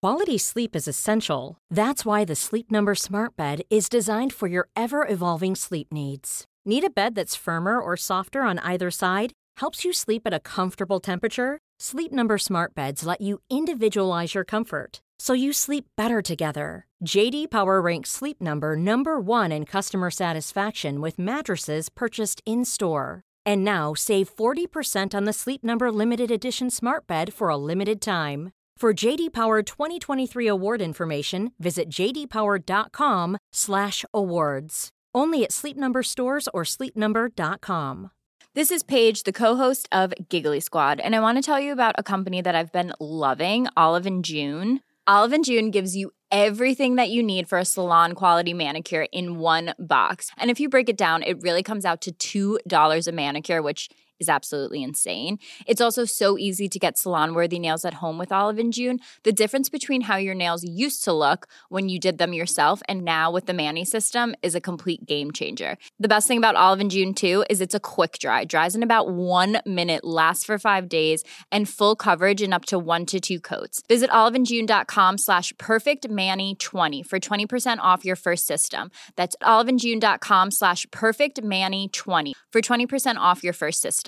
Quality sleep is essential. That's why the Sleep Number Smart Bed is designed for your ever-evolving sleep needs. Need a bed that's firmer or softer on either side? Helps you sleep at a comfortable temperature? Sleep Number Smart Beds let you individualize your comfort, so you sleep better together. JD Power ranks Sleep Number number 1 in customer satisfaction with mattresses purchased in-store. And now, save 40% on the Sleep Number Limited Edition Smart Bed for a limited time. For JD Power 2023 award information, visit jdpower.com/awards. Only at Sleep Number stores or sleepnumber.com. This is Paige, the co-host of Giggly Squad, and I want to tell you about a company that I've been loving, Olive & June. Olive & June gives you everything that you need for a salon-quality manicure in one box. And if you break it down, it really comes out to $2 a manicure, which is absolutely insane. It's also so easy to get salon-worthy nails at home with Olive & June. The difference between how your nails used to look when you did them yourself and now with the Mani system is a complete game changer. The best thing about Olive & June, too, is it's a quick dry. Dries in about 1 minute, lasts for 5 days, and full coverage in up to 1 to 2 coats. Visit oliveandjune.com/perfectmani20 for 20% off your first system. That's oliveandjune.com/perfectmani20 for 20% off your first system.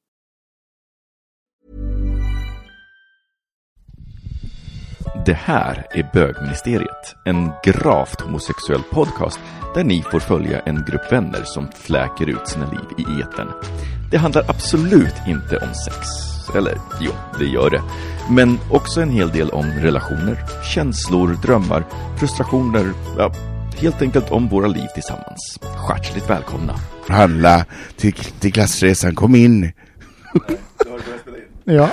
Det här är Bögministeriet, en gravt homosexuell podcast där ni får följa en grupp vänner som fläker ut sina liv i etern. Det handlar absolut inte om sex. Eller, jo, det gör det. Men också en hel del om relationer, känslor, drömmar, frustrationer, ja, helt enkelt om våra liv tillsammans. Hjärtligt välkomna. Handla till klassresan, kom in. Ja.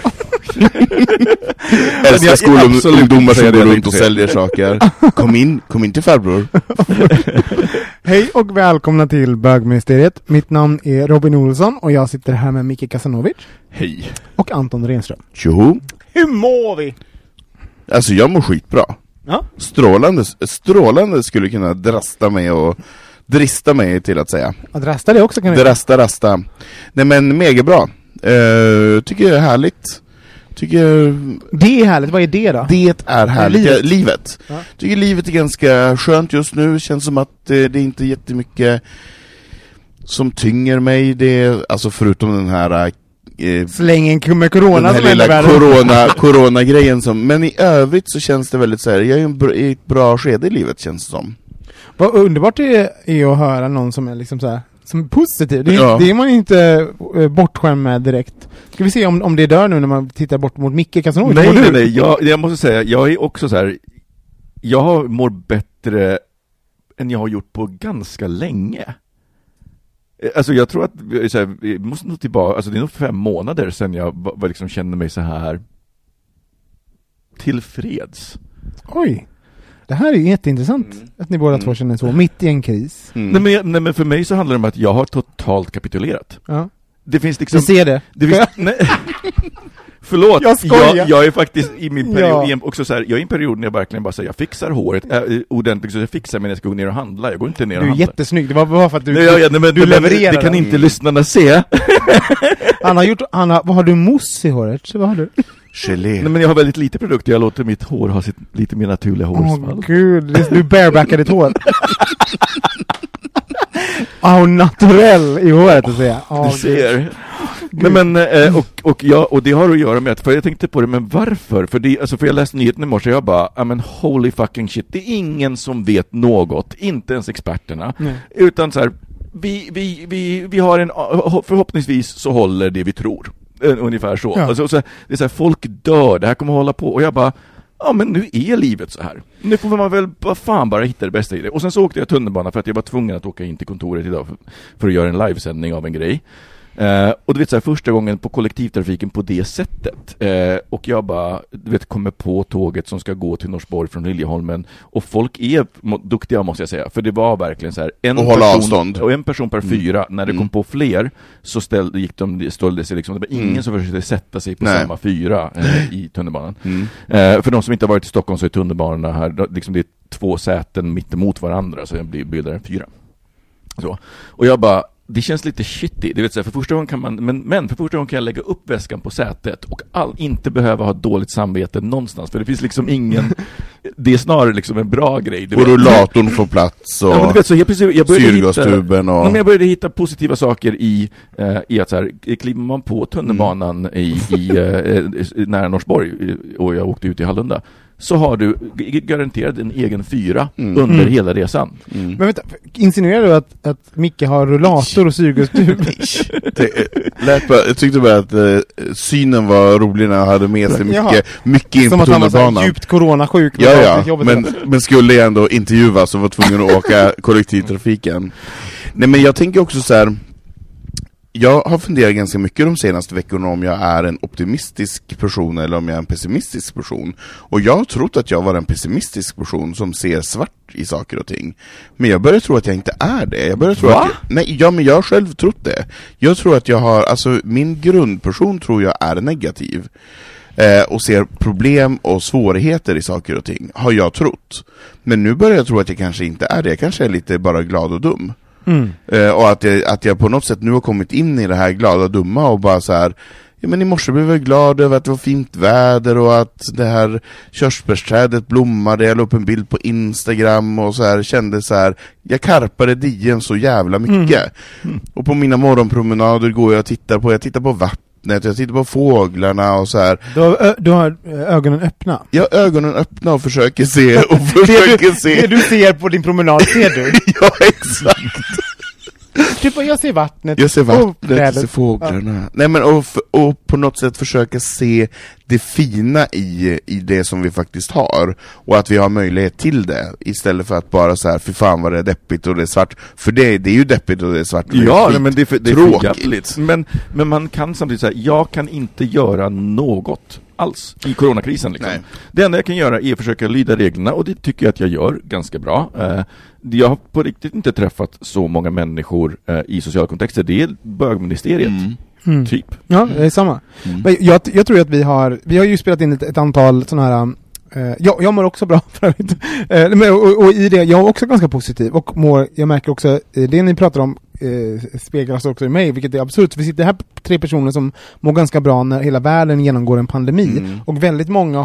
Älskar skolungdomar som går runt och säljer saker. Kom in till farbror. Hej och välkomna till Bögministeriet. Mitt namn är Robin Olsson och jag sitter här med Micke Kasanovic. Hej. Och Anton Renström. Tjoho. Hur mår vi? Alltså jag mår skitbra. Ja. Strålande skulle kunna drista mig till att säga. Att rasta det också kan vi. Rasta. Nej men mega bra. Tycker jag är härligt. Det är härligt, vad är det då? Det är härligt, livet. Ja. Tycker livet är ganska skönt just nu. Känns som att det är inte jättemycket som tynger mig. Det är, alltså förutom den här slängen med corona, den här lilla corona-grejen som, men i övrigt så känns det väldigt så här, jag är i ett bra skede i livet, känns det som. Vad underbart det är att höra någon som är liksom så här, som är positiv. Det är man inte bortskämd med direkt. Ska vi se om det dör nu när man tittar bort mot Micke Kasanovic? Nej. Jag måste säga, jag är också så här, jag mår bättre än jag har gjort på ganska länge. Alltså jag tror att så här, jag måste nog tillbaka, alltså det är nog 5 månader sedan jag liksom kände mig så här tillfreds. Oj. Det här är jätteintressant att ni båda två känner så, mitt i en kris. Nej, men för mig så handlar det om att jag har totalt kapitulerat. Ja. Det finns liksom... Vi ser det. Nej. Förlåt, jag är faktiskt i min period också så här, jag är i en period när jag verkligen bara säger jag fixar håret ordentligt så jag fixar mig när jag ska gå ner och handla. Jag går inte ner och handla. Du är jättesnygg, det var bara för att du levererar. Det kan inte lyssnarna se. Vad har du mousse i håret? Vad har du? Gelé. Nej, men jag har väldigt lite produkter. Jag låter mitt hår ha lite mer naturliga hårsvall. Gud, du barebackar ditt hår. Naturell i håret att säga. Du ser. Nej, men, och det har att göra med att, för jag tänkte på det, men varför? För jag läste nyheten i morse och jag bara, men holy fucking shit, det är ingen som vet något, inte ens experterna. Nej. Utan så här, vi har förhoppningsvis så håller det vi tror. Ungefär så. Ja. Alltså, det är så här, folk dör, det här kommer att hålla på. Och jag bara, men nu är livet så här. Nu får man väl bara hitta det bästa i det. Och sen så åkte jag tunnelbana för att jag var tvungen att åka in till kontoret idag för att göra en livesändning av en grej. Och du vet så här, första gången på kollektivtrafiken på det sättet. Och jag bara, du vet, kommer på tåget som ska gå till Norsborg från Liljeholmen. Och folk är duktiga, måste jag säga. För det var verkligen så här, en person per 4. När det kom på fler så ställde sig liksom, det var ingen som försökte sätta sig på samma 4 i tunnelbanan. För de som inte har varit i Stockholm så är tunnelbanorna här, liksom det är 2 säten mitt emot varandra, så jag bildar en 4. Så. Och jag bara, det känns lite shitty. Det vet så här, för första gången kan man men för första gången kan jag lägga upp väskan på sätet och inte behöva ha dåligt samvete någonstans, för det finns liksom ingen det är snarare liksom en bra grej. Och rullatorn får plats och ja, du vet, så jag syrgastuben och jag började hitta positiva saker i att så här, kliver man på tunnelbanan nära Norsborg och jag åkte ut i Hallunda, så har du garanterat en egen fyra under hela resan. Men vänta, insinuerar du att Micke har rullator och syrgastub? Jag tyckte bara att synen var rolig när jag hade med sig mycket in på tunnelbanan. Som att han var djupt coronasjuk. Men skulle jag ändå intervjuas och var tvungen att åka kollektivtrafiken. Nej, men jag tänker också så här. Jag har funderat ganska mycket de senaste veckorna om jag är en optimistisk person eller om jag är en pessimistisk person. Och jag har trott att jag var en pessimistisk person som ser svart i saker och ting. Men jag börjar tro att jag inte är det. Jag börjar tro men jag har själv trott det. Jag tror att jag har, alltså min grundperson tror jag är negativ. Och ser problem och svårigheter i saker och ting, har jag trott. Men nu börjar jag tro att jag kanske inte är det. Jag kanske är lite bara glad och dum. Och att jag på något sätt nu har kommit in i det här glada dumma och bara så här, ja, men i morse blev jag glad över att det var fint väder och att det här körsbärsträdet blommade. Jag la upp en bild på Instagram och så här, kände så här, jag karpade digen så jävla mycket. Och på mina morgonpromenader går jag tittar på vattnet, jag tittar på fåglarna och så här. Du har ögonen öppna. Jag har ögonen öppna och försöker se det du ser på din promenad ser du. Ja, exakt. Typ jag ser vattnet. Jag ser fåglarna. Ja. Nej, men och på något sätt försöka se det fina i det som vi faktiskt har. Och att vi har möjlighet till det. Istället för att bara så här, för fan vad det är deppigt och det är svart. För det är ju deppigt och det är svart. Ja, men det är tråkigt. Men man kan samtidigt säga, jag kan inte göra något alls i coronakrisen liksom. Det enda jag kan göra är att försöka lyda reglerna, och det tycker jag att jag gör ganska bra. Jag har på riktigt inte träffat så många människor i sociala kontexter. Det är bögministeriet. Typ. Ja, det är samma. Men jag tror att vi har ju spelat in ett antal sådana här jag mår också bra för övrigt. Och i det, jag är också ganska positiv och jag märker också, det ni pratar om speglas också i mig, vilket är absurt. Vi sitter här 3 personer som mår ganska bra när hela världen genomgår en pandemi, och väldigt många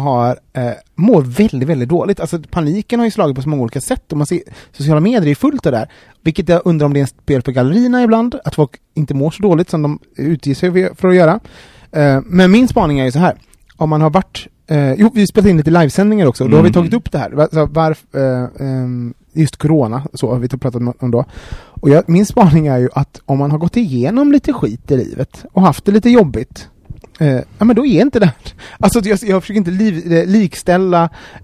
mår väldigt, väldigt dåligt. Alltså paniken har ju slagit på så många olika sätt, och man ser sociala medier är fullt av det där, vilket jag undrar om det är en spel för gallerierna ibland, att folk inte mår så dåligt som de utger sig för att göra. Men min spaning är ju så här, om man har varit vi spelar in lite livesändningar också, och då har vi tagit upp det här. Alltså, just corona, så har vi pratat om då. Och min spaning är ju att om man har gått igenom lite skit i livet och haft det lite jobbigt, ja, men då är inte det. Alltså jag försöker inte likställa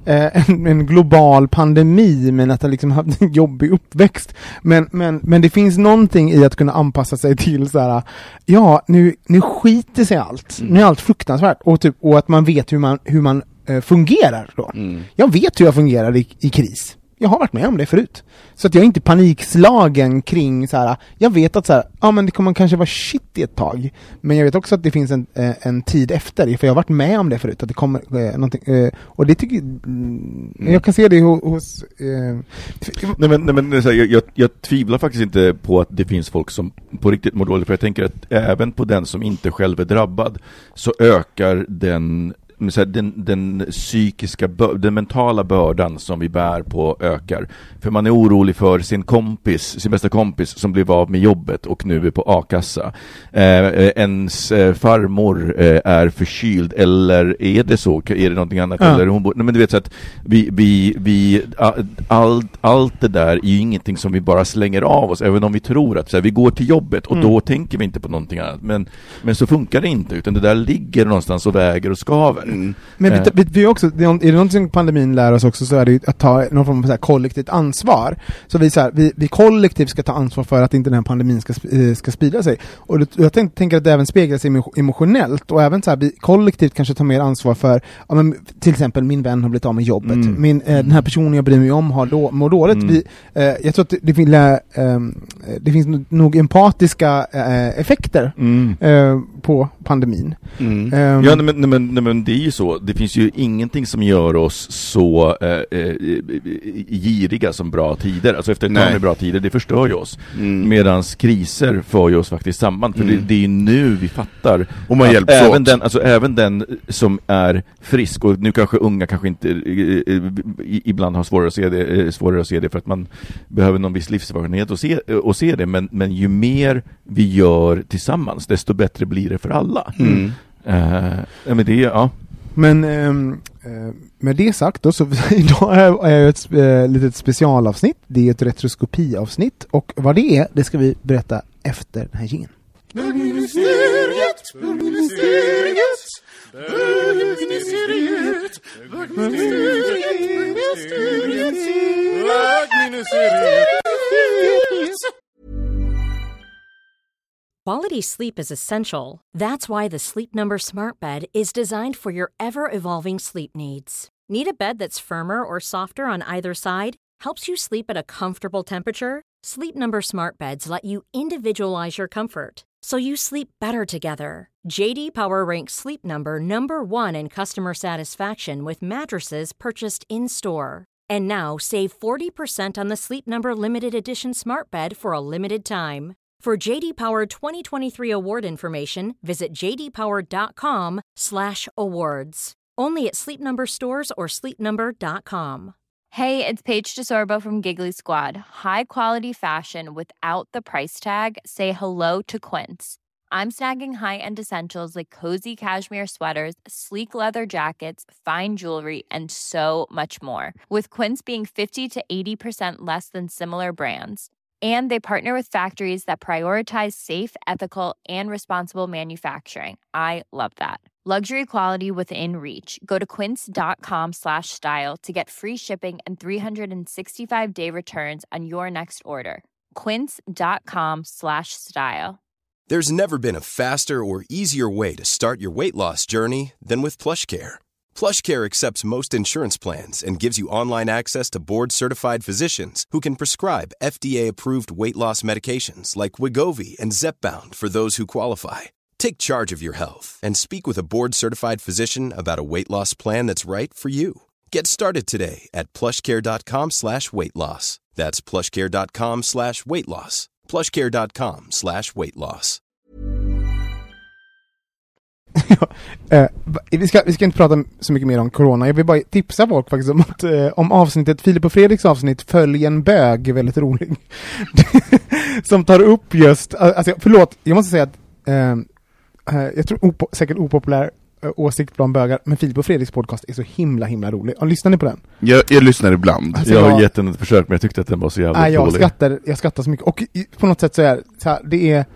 en global pandemi med att ha liksom haft en jobbig uppväxt. Men det finns någonting i att kunna anpassa sig till så här, ja, nu skiter sig allt. Nu är allt fruktansvärt, och att man vet hur man fungerar då. Jag vet hur jag fungerar i kris. Jag har varit med om det förut. Så att jag är inte panikslagen kring så här. Jag vet att så här, ja, men det kommer kanske vara shit i ett tag. Men jag vet också att det finns en tid efter. För jag har varit med om det förut. Att det kommer någonting. Och det tycker jag kan se det hos... Nej, men så här, jag tvivlar faktiskt inte på att det finns folk som på riktigt mår dåligt. För jag tänker att även på den som inte själv är drabbad, så ökar den psykiska, den mentala bördan som vi bär på ökar. För man är orolig för sin bästa kompis som blev av med jobbet och nu är på A-kassa. Ens farmor är förkyld, eller är det så? Är det någonting annat? Ja. Eller nej, men du vet så att allt det där är ju ingenting som vi bara slänger av oss, även om vi tror att så här, vi går till jobbet och då tänker vi inte på någonting annat. Men så funkar det inte, utan det där ligger någonstans och väger och skaver. Men vi också, är det någonting pandemin lär oss också, så är det ju att ta någon form av så här kollektivt ansvar. Så vi kollektivt ska ta ansvar för att inte den här pandemin ska sprida sig. Och jag tänker att det även speglar sig emotionellt, och även så här, vi kollektivt kanske tar mer ansvar för, ja, men, till exempel min vän har blivit av med jobbet. Den här personen jag bryr mig om mår dåligt. Jag tror att det finns nog empatiska effekter på pandemin. Ja, men det är ju så, det finns ju ingenting som gör oss så giriga som bra tider. Alltså efter ett tag med bra tider, det förstör ju oss. Medans kriser för ju oss faktiskt samman. För det är ju nu vi fattar. Och man hjälps även den som är frisk, och nu kanske unga kanske inte ibland har svårare att se det för att man behöver någon viss livserfarenhet och se det. Men ju mer vi gör tillsammans, desto bättre blir det för alla. Men det, ja. Men med det sagt då, så idag är ju ett litet specialavsnitt. Det är ett retroskopiavsnitt, och vad det är, det ska vi berätta efter den här jingeln. Quality sleep is essential. That's why the Sleep Number Smart Bed is designed for your ever-evolving sleep needs. Need a bed that's firmer or softer on either side? Helps you sleep at a comfortable temperature? Sleep Number Smart Beds let you individualize your comfort, so you sleep better together. JD Power ranks Sleep Number #1 in customer satisfaction with mattresses purchased in-store. And now, save 40% on the Sleep Number Limited Edition Smart Bed for a limited time. For JD Power 2023 award information, visit jdpower.com/awards. Only at Sleep Number stores or sleepnumber.com. Hey, it's Paige DeSorbo from Giggly Squad. High quality fashion without the price tag. Say hello to Quince. I'm snagging high-end essentials like cozy cashmere sweaters, sleek leather jackets, fine jewelry, and so much more. With Quince being 50 to 80% less than similar brands. And they partner with factories that prioritize safe, ethical, and responsible manufacturing. I love that. Luxury quality within reach. Go to quince.com/style to get free shipping and 365-day returns on your next order. Quince.com/style. There's never been a faster or easier way to start your weight loss journey than with PlushCare. PlushCare accepts most insurance plans and gives you online access to board-certified physicians who can prescribe FDA-approved weight loss medications like Wegovy and Zepbound for those who qualify. Take charge of your health and speak with a board-certified physician about a weight loss plan that's right for you. Get started today at plushcare.com/weightloss. That's plushcare.com/weightloss. plushcare.com/weightloss. Vi ska inte prata så mycket mer om corona. Jag vill bara tipsa folk faktiskt om att om avsnittet, Filip och Fredriks avsnitt Följ en bög, är väldigt rolig. Som tar upp just, alltså förlåt, jag måste säga att jag tror säkert opopulär åsikt bland bögar, men Filip och Fredriks podcast är så himla rolig. Lyssnar ni på den? Jag lyssnar ibland. Alltså, jag har gett den ett försök, men jag tyckte att den var så jävligt dålig. Jag skrattar så mycket. Och på något sätt så är det är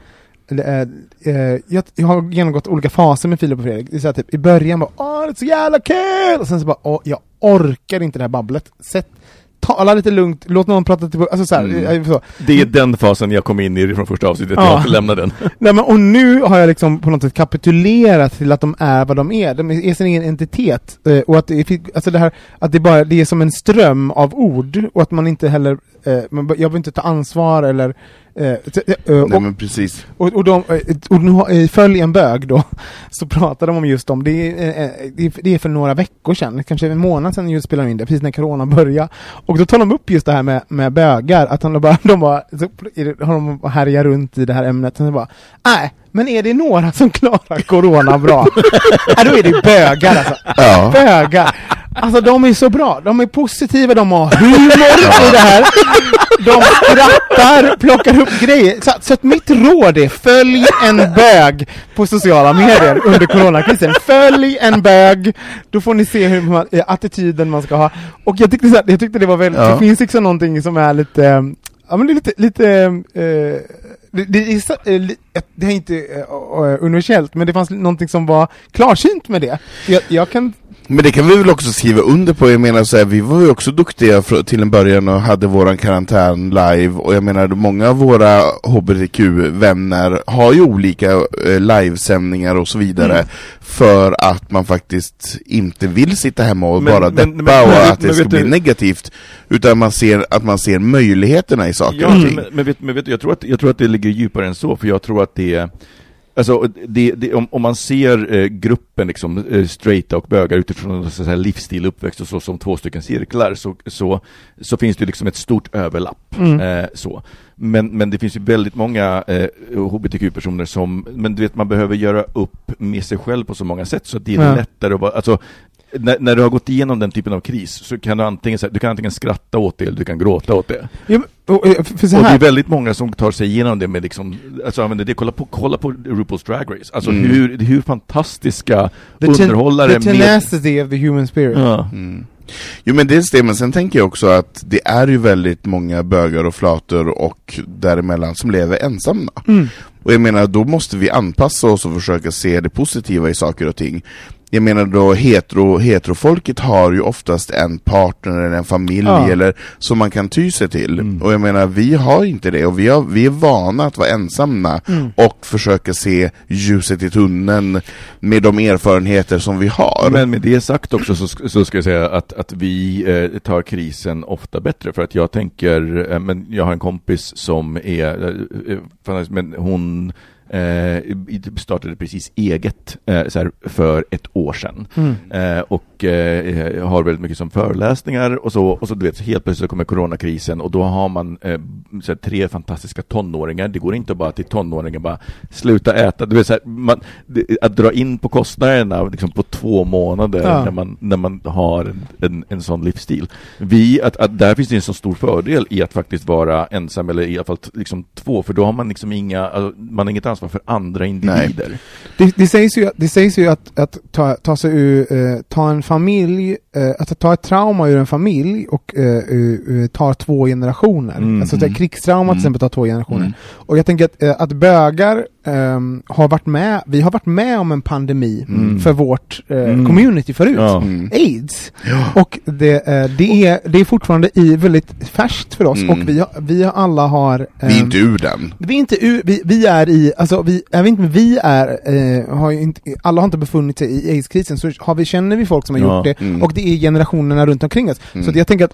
jag har genomgått olika faser med Filip och Fredrik. Det är så här, typ, i början bara, det är så jävla kul! Och sen så bara, jag orkar inte det här babblet. Tala lite lugnt, låt någon prata till, alltså så här, så. Det är den fasen jag kom in i från första avsnittet. Jag lämnade den. Nej, men och nu har jag liksom på något sätt kapitulerat till att de är vad de är. De är sin egen entitet, och att alltså det här, att det är som en ström av ord, och att man inte heller jag vill inte ta ansvar eller nej, men precis. Och nu Följ en bög då, så pratade de om just om det är för några veckor sedan, kanske en månad sedan, just spelade in det precis när corona började, och då tar de upp just det här med bögar, att de har härjar runt i det här ämnet, och så bara, men är det några som klarar corona bra? Då är det bögar alltså. Ja. Bögar. Alltså de är så bra, de är positiva, de har humor i det här. De skrattar, plockar upp grejer. Så att mitt råd är, följ en bög på sociala medier under coronakrisen. Följ en bög, då får ni se hur attityden man ska ha. Och jag tyckte det var väldigt, det finns liksom någonting som är lite, det är inte universellt, men det fanns någonting som var klarsynt med det. Jag kan. Men det kan vi väl också skriva under på. Jag menar så här, vi var ju också duktiga till en början och hade våran karantän live, och jag menar många av våra HBTQ-vänner har ju olika livesändningar och så vidare, för att man faktiskt inte vill sitta hemma och bara deppa och att det ska bli negativt, utan man ser möjligheterna i saker och ting. Men vet du, jag tror att det ligger djupare än så, för jag tror att det Alltså, om man ser gruppen liksom, straighta och bögar utifrån så här livsstil, uppväxt och så som 2 stycken cirklar, så finns det liksom ett stort överlapp. Så. Men det finns ju väldigt många hbtq-personer som, men du vet, man behöver göra upp med sig själv på så många sätt så att det är lättare att vara, alltså, när du har gått igenom den typen av kris så kan du antingen skratta åt det eller du kan gråta åt det. Ja, och det är väldigt många som tar sig igenom det med liksom, alltså använder det, kolla på RuPaul's Drag Race. Alltså hur fantastiska underhållare the tenacity of the human spirit. Ja. Jo, men det stämmer. Sen tänker jag också att det är ju väldigt många bögar och flator och däremellan som lever ensamma. Och jag menar, då måste vi anpassa oss och försöka se det positiva i saker och ting. Jag menar då, heterofolket har ju oftast en partner eller en familj eller som man kan ty sig till. Och jag menar, vi har inte det och vi är vana att vara ensamma och försöka se ljuset i tunneln med de erfarenheter som vi har. Men med det sagt också så ska jag säga att vi tar krisen ofta bättre, för att jag tänker, men jag har en kompis som men hon startade precis eget så här, för ett år sedan och har väldigt mycket som föreläsningar och så du vet, så helt plötsligt kommer coronakrisen och då har man så här, 3 fantastiska tonåringar. Det går inte bara till tonåringar bara sluta äta, du vet, så här, att dra in på kostnaderna liksom på 2 månader när man har en sån livsstil. Att där finns det en så stor fördel i att faktiskt vara ensam, eller i alla fall liksom 2, för då har man liksom man har inget ansvar för andra individer. Det sägs ju att ta sig ur, ta en familj, att ta ett trauma ur en familj och ta 2 generationer. Alltså att krigstrauma till exempel tar 2 generationer. Och jag tänker att bögar har varit med om en pandemi för vårt community förut. AIDS. Och det är fortfarande väldigt färskt för oss och vi alla har vi är inte ur den. Vi är i, alltså alla har inte befunnit sig i AIDS-krisen, så känner vi folk som har gjort det och det är generationerna runt omkring oss. Så jag tänker att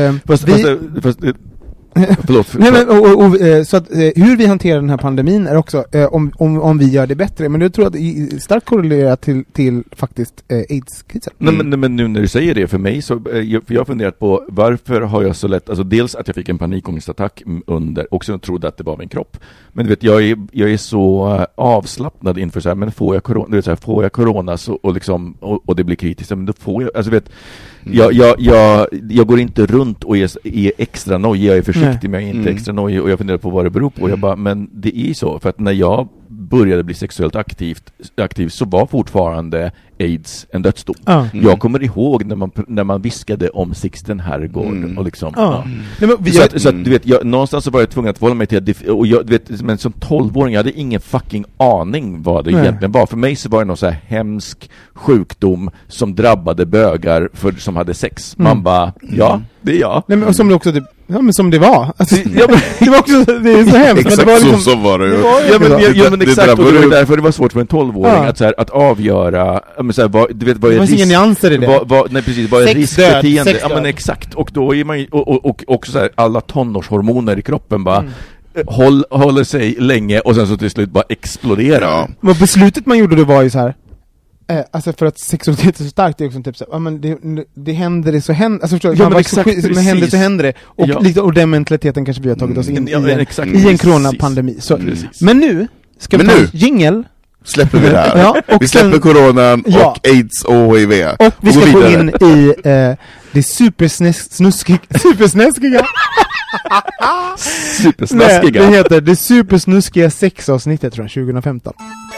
Förlåt. Nej, men, så att hur vi hanterar den här pandemin är också om vi gör det bättre, men jag tror att det är starkt korrelerat till faktiskt AIDS-krisen. Men nu när du säger det, för mig så för jag har funderat på varför har jag så lätt, alltså dels att jag fick en panikångestattack under, också trodde att det var min kropp, men du vet, jag är så avslappnad inför så här, men får jag corona, du vet, så här, får jag corona så, och liksom och det blir kritiskt, men då får jag, alltså vet, jag går inte runt och är extra nojig, jag är försiktig men jag är inte extra nojig, och jag funderar på vad det beror på. Jag bara, men det är så, för att när jag började bli sexuellt aktiv så var fortfarande AIDS en dödsdom. Jag kommer ihåg när man viskade om Sixten Herrgård och liksom. Så att du vet, någonstans så var jag tvungen att förhålla mig till det, och jag, du vet, men som 12-åring jag hade ingen fucking aning vad det egentligen var. För mig så var det någon så här hemsk sjukdom som drabbade bögar som hade sex. Man bara, det är jag. Nej, men som det också men som det var. Alltså, det var också, det är så hemskt. Exakt, men det var liksom, så var det ju. Men exakt, och det var därför det var svårt för en 12-åring att avgöra, men så här, du vet, vad är risk? Inga nyanser i det. Nej, precis, vad är riskbeteende? Ja, men exakt. Och då är man ju, och också så här, alla tonårshormoner i kroppen bara håller sig länge och sen så till slut bara exploderar. Men beslutet man gjorde, det var ju så här. Alltså för att sexualitet är så starkt, det är också typ så, men det händer det så händer, alltså förstår du, men händer så händer det, och lite, och den mentaliteten kanske vi har tagit oss in i en coronapandemi. Så men nu ska vi ta jingle. Släpper vi det här. Och vi släpper coronan och AIDS och HIV. Och vi ska gå in i det supersnaskiga. Supersnaskiga. Det heter det supersnuskiga sexavsnittet från 2015.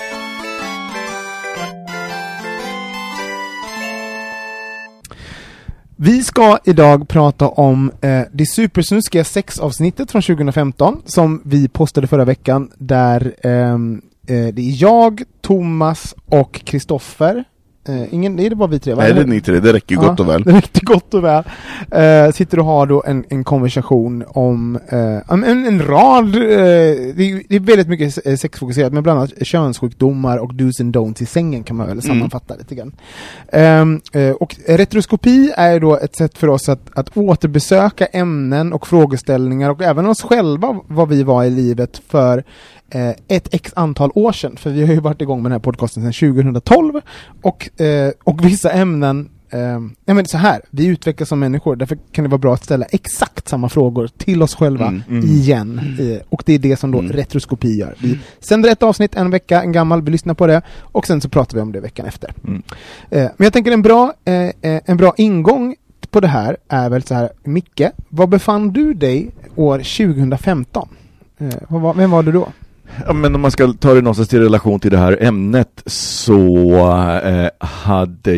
Vi ska idag prata om det supersnuskiga sexavsnittet från 2015 som vi postade förra veckan, där det är jag, Thomas och Kristoffer. Det är bara vi 3, va? Nej, det är inte det. Det räcker gott och väl. Det räcker gott och väl. Sitter och har då en konversation om en rad, det är väldigt mycket sexfokuserat, men bland annat könssjukdomar och do's and don'ts i sängen kan man väl sammanfatta lite grann. Och retroskopi är då ett sätt för oss att återbesöka ämnen och frågeställningar och även oss själva, vad vi var i livet för ett x antal år sedan, för vi har ju varit igång med den här podcasten sedan 2012 och vissa ämnen men så här, vi utvecklas som människor, därför kan det vara bra att ställa exakt samma frågor till oss själva igen, och det är det som då retroskopi gör. Vi sänder ett avsnitt en vecka, en gammal, vi lyssnar på det och sen så pratar vi om det veckan efter. Men jag tänker en bra ingång på det här är väl så här, Micke, var befann du dig år 2015? Vem var du då? Ja, men om man ska ta det någonstans i relation till det här ämnet så hade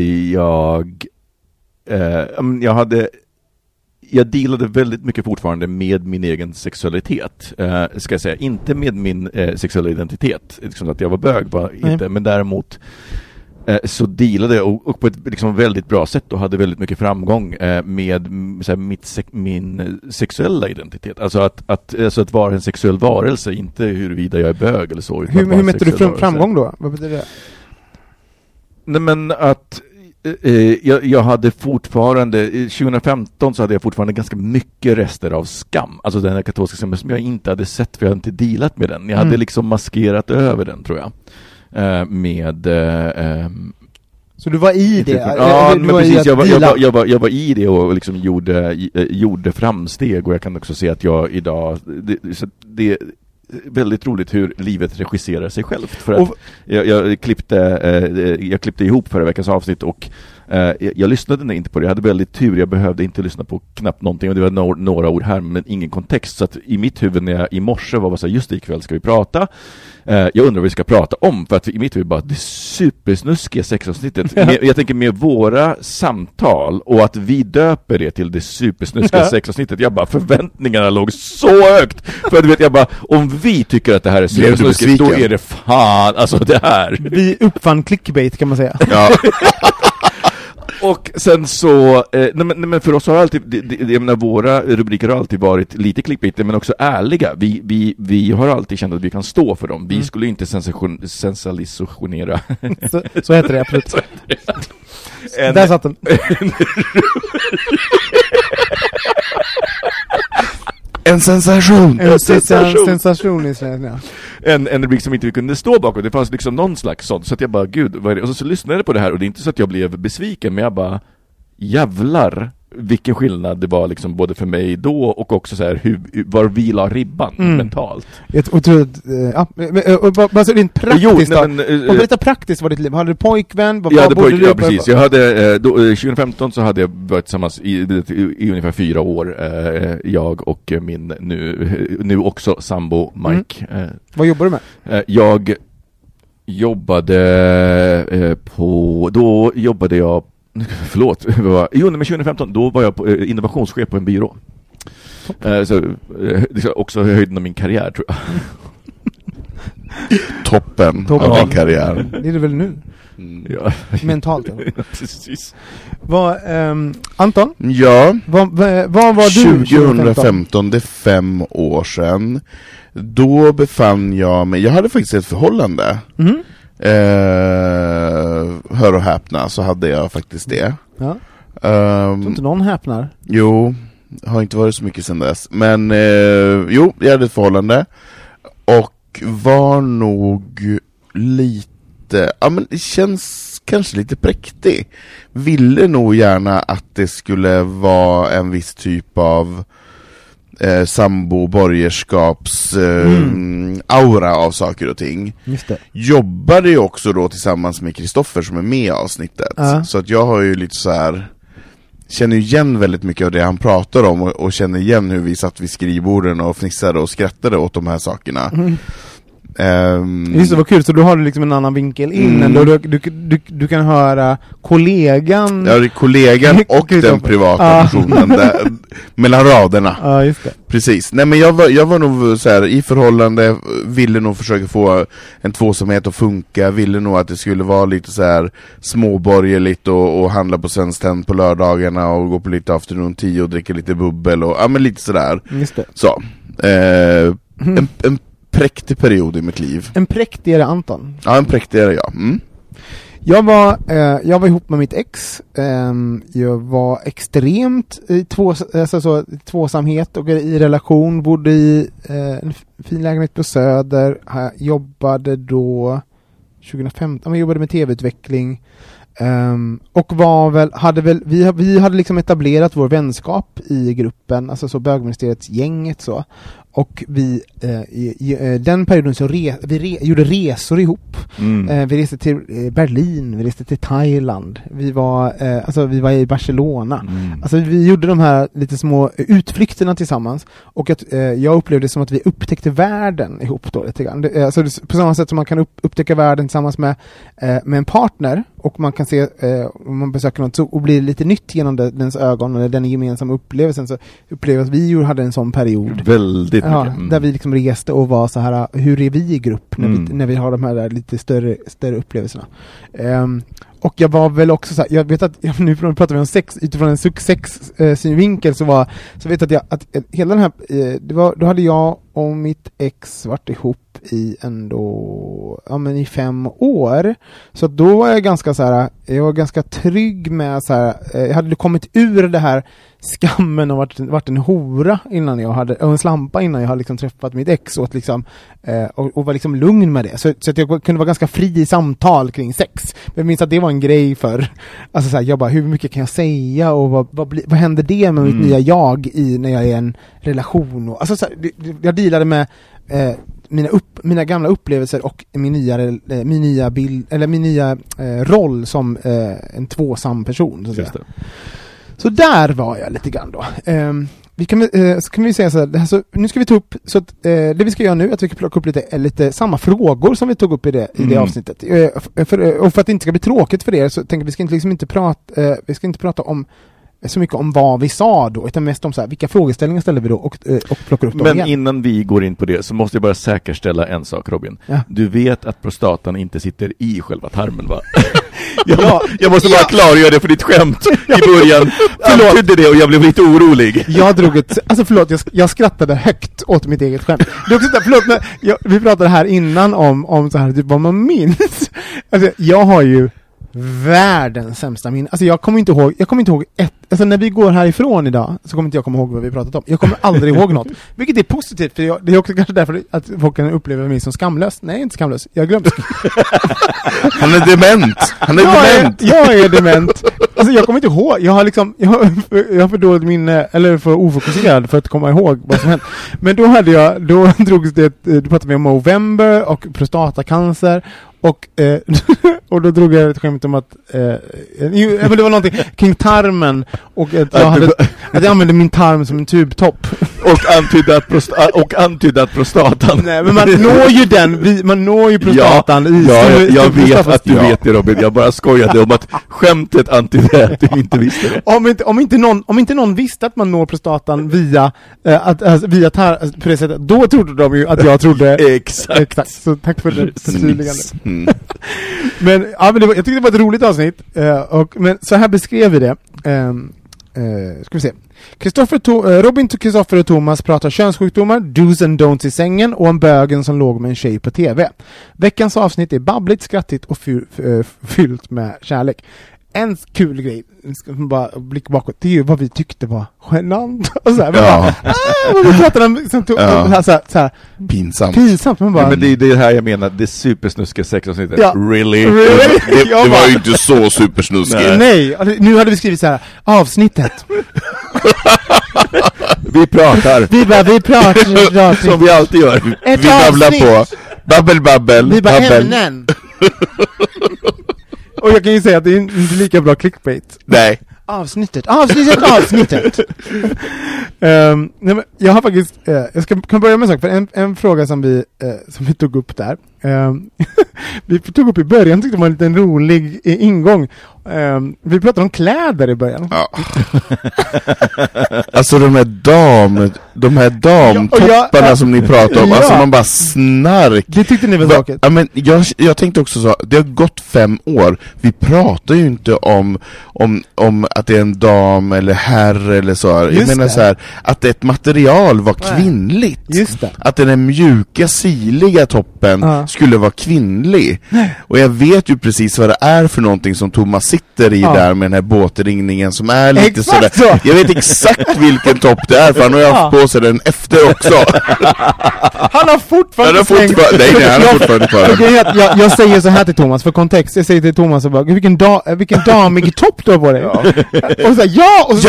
jag dealade väldigt mycket fortfarande med min egen sexualitet, ska jag säga, inte med min sexuella identitet, liksom att jag var bög var inte, men däremot så dealade jag och på ett liksom väldigt bra sätt och hade väldigt mycket framgång med så här, min sexuella identitet. Alltså att vara en sexuell varelse, inte huruvida jag är bög eller så. Hur mätte du framgång då? Vad betyder det? Nej, men att jag hade fortfarande 2015 så hade jag fortfarande ganska mycket rester av skam. Alltså den här katolska skammen som jag inte hade sett, för jag hade inte dealat med den. Jag hade liksom maskerat över den, tror jag. Så du var i det? Ja, men precis, jag var i det och liksom gjorde framsteg, och jag kan också se att jag idag det är väldigt roligt hur livet regisserar sig självt, för att jag klippte ihop förra veckans avsnitt och jag lyssnade inte på det. Jag hade väldigt tur, jag behövde inte lyssna på knappt någonting, och det var några ord här men ingen kontext, så att i mitt huvud när jag i morse var så här, just ikväll ska vi prata. Jag undrar vad vi ska prata om, för att i mitt huvud bara det supersnuskiga sexavsnittet. Jag tänker med våra samtal och att vi döper det till det supersnuskiga sexavsnittet. Jag bara, förväntningarna låg så högt, för att jag bara, om vi tycker att det här är supersnuskigt, då är det fan, alltså det här. Vi uppfann clickbait, kan man säga. Ja. Och sen så, nej men för oss har alltid, jag menar, våra rubriker har alltid varit lite clickbait, men också ärliga. Vi har alltid känt att vi kan stå för dem. Vi skulle inte sensationera. Så heter det, absolut. Där satt den. En sensation! Sensation i Sverige, ja. En rubrik som inte vi kunde stå bakom. Det fanns liksom någon slags sånt. Så att jag bara, gud, vad är det? Och så lyssnade jag på det här, och det är inte så att jag blev besviken, men jag bara, jävlar vilken skillnad det var liksom, både för mig då och också så här, var vi la ribban mentalt. Jag tror att, bara så rent praktiskt och berätta praktiskt vad ditt liv. Hade du pojkvän? Ja, precis. Jag hade, 2015 så hade jag varit tillsammans i ungefär 4 år, jag och min nu också sambo Mike. Vad jobbar du med? Jag jobbade då jobbade jag men 2015, då var jag innovationschef på en byrå. Så också höjden av min karriär, tror jag. Toppen av min karriär. Det är det väl nu? Ja. Mentalt. Precis. Anton? Ja. Vad var du 2015? Det är 5 år sedan. Då befann jag mig, jag hade faktiskt ett förhållande. Hör och häpna, så hade jag faktiskt det. Ja. Jag tror inte någon häpnar. Jo, har inte varit så mycket sedan dess. Men jag hade ett förhållande och var nog lite, men det känns kanske lite präktig. Ville nog gärna att det skulle vara en viss typ av sambo, borgerskaps aura av saker och ting. Just det. Jobbade ju också då tillsammans med Kristoffer som är med i avsnittet. Så att jag har ju lite så här, känner igen väldigt mycket av det han pratar om, och känner igen hur vi satt vid skrivborden och fnissade och skrattade åt de här sakerna. Just det, vad kul, så du har liksom en annan vinkel in. Du kan höra kollegan. Ja, kollegan och den privata personen där, mellan raderna. Ja, just det. Precis. Nej, men jag var nog så här, i förhållande, ville nog försöka få en tvåsamhet att funka, ville nog att det skulle vara lite så här småborgerligt och handla på Svenskt Tenn på lördagarna och gå på lite afternoon tea och dricka lite bubbel och men lite sådär. Just det. Så. En präktig period i mitt liv. En präktigare Anton. Ja, en präktigare, ja. Jag var ihop med mitt ex. Jag var extremt i tvåsamhet och i relation. Bodde i en fin lägenhet på Söder. Jobbade då 2015. Jag jobbade med tv-utveckling. Och vi hade liksom etablerat vår vänskap i gruppen, alltså så bögministeriets gänget så. Och vi i den perioden så gjorde resor ihop. Vi reste till Berlin, vi reste till Thailand. Vi var i Barcelona. Alltså vi gjorde de här lite små utflykterna tillsammans. Och jag upplevde det som att vi upptäckte världen ihop då lite grann. Alltså på samma sätt som man kan upptäcka världen tillsammans med en partner, och man kan se om man besöker något och blir lite nytt genom dens ögon eller den gemensamma upplevelsen, så upplever att vi hade en sån period. Väldigt mycket. Där vi liksom reste och var så här, hur är vi i grupp när vi har de här där lite större upplevelserna. Och jag var väl också så här, jag vet att nu pratar vi om sex utifrån en synvinkel, så vet jag att hela den här då hade jag och mitt ex varit ihop i i 5 år. Så då var jag ganska så här, jag var ganska trygg med så här, jag hade kommit ur det här skammen och varit en hora innan och en slampa innan jag hade liksom träffat mitt ex och liksom och var liksom lugn med det. Så att jag kunde vara ganska fri i samtal kring sex. Jag minns att det var en grej för, alltså så här, jag bara, hur mycket kan jag säga och vad händer det med mitt nya jag när jag är i en relation, och alltså så här, jag dealade med mina gamla upplevelser och min nya roll som en tvåsam person, så att säga. Så där var jag lite grann då. Så kan vi säga så här, så nu ska vi ta upp, så att det vi ska göra nu är att vi ska plocka upp lite samma frågor som vi tog upp i det avsnittet. Och för att det inte ska bli tråkigt för er, så tänker vi ska inte prata om så mycket om vad vi sa då, utan mest om så här, vilka frågeställningar ställer vi då och plockar upp dem igen. Men innan vi går in på det så måste jag bara säkerställa en sak, Robin. Ja. Du vet att prostatan inte sitter i själva tarmen, va? Jag måste bara klargöra det för ditt skämt i början. Förlåt det, och jag blev lite orolig. Jag drog jag skrattade högt åt mitt eget skämt. Det är också men vi pratade här innan om så här, typ, vad man minns. Alltså, jag har ju världens sämsta minne. Alltså jag kommer inte ihåg alltså när vi går härifrån idag så kommer inte jag komma ihåg vad vi pratat om. Jag kommer aldrig ihåg något. Vilket är positivt, för det är också kanske därför att folk kan uppleva mig som skamlös. Nej, inte skamlös. Jag glömde. Han är dement. Jag är dement. Alltså jag kommer inte ihåg. Jag har för dåligt minne, eller för ofokuserad för att komma ihåg vad som hänt. Men då drogs det, då pratade vi om Movember och prostatacancer. Och då drog jag ett skämt om att men det var någonting kring tarmen och att jag använde min tarm som en tubtopp och antydde att prostatan. Nej, men man når ju prostatan jag vet att du vet det, Robin. Jag bara skojade om att skämtet antydde att du inte visste det. Om inte någon visste att man når prostatan via på det sättet, då trodde de ju att jag trodde exakt. Så tack för det förtydligandet. Men jag tyckte det var ett roligt avsnitt, men så här beskrev vi det. Ska vi se. Robin, Kristoffer och Thomas pratar könssjukdomar, do's and don'ts i sängen och om bögen som låg med en tjej på tv. Veckans avsnitt är babbligt, skrattigt och fyllt med kärlek. En kul grej, bara blicka bakåt, det är ju vad vi tyckte var genant. Och så här, vi pratade om så här pinsamt. Man bara, men det är det här jag menar, det supersnuskiga sexavsnittet. Ja. Really? Det var ju inte så supersnuskigt. Nej, nu hade vi skrivit så här, avsnittet. Vi pratar. Vi pratar. Som vi alltid gör. Vi babblar på. Babbel. Vi bara ämnen. Och jag kan ju säga att det är inte lika bra clickbait. Nej. Avsnittet. Nej, men jag har faktiskt jag kan börja med en sak, för en fråga som vi tog upp där. Vi tog upp i början, tyckte det var en liten rolig ingång. Vi pratade om kläder i början. Ja. Alltså de här damtopparna som ni pratar om, alltså man bara snark. Det tyckte ni var saker. Ja, men jag tänkte också så, det har gått 5 år. Vi pratar ju inte om att det är en dam eller herr eller så. Jag menar så här, att ett material var kvinnligt. Just det. Att den mjuka, siliga toppen skulle vara kvinnlig. Och jag vet ju precis vad det är för någonting som Thomas sitter i där med den här båtringningen som är lite sådär. Så. Jag vet exakt vilken topp det är, för han har ju haft på sig den efter också. Han har fortfarande Nej, han har fortfarande kvar. Jag säger så här till Thomas, för kontext. Jag säger till Thomas och bara, vilken damig topp du har på dig. Ja. Och så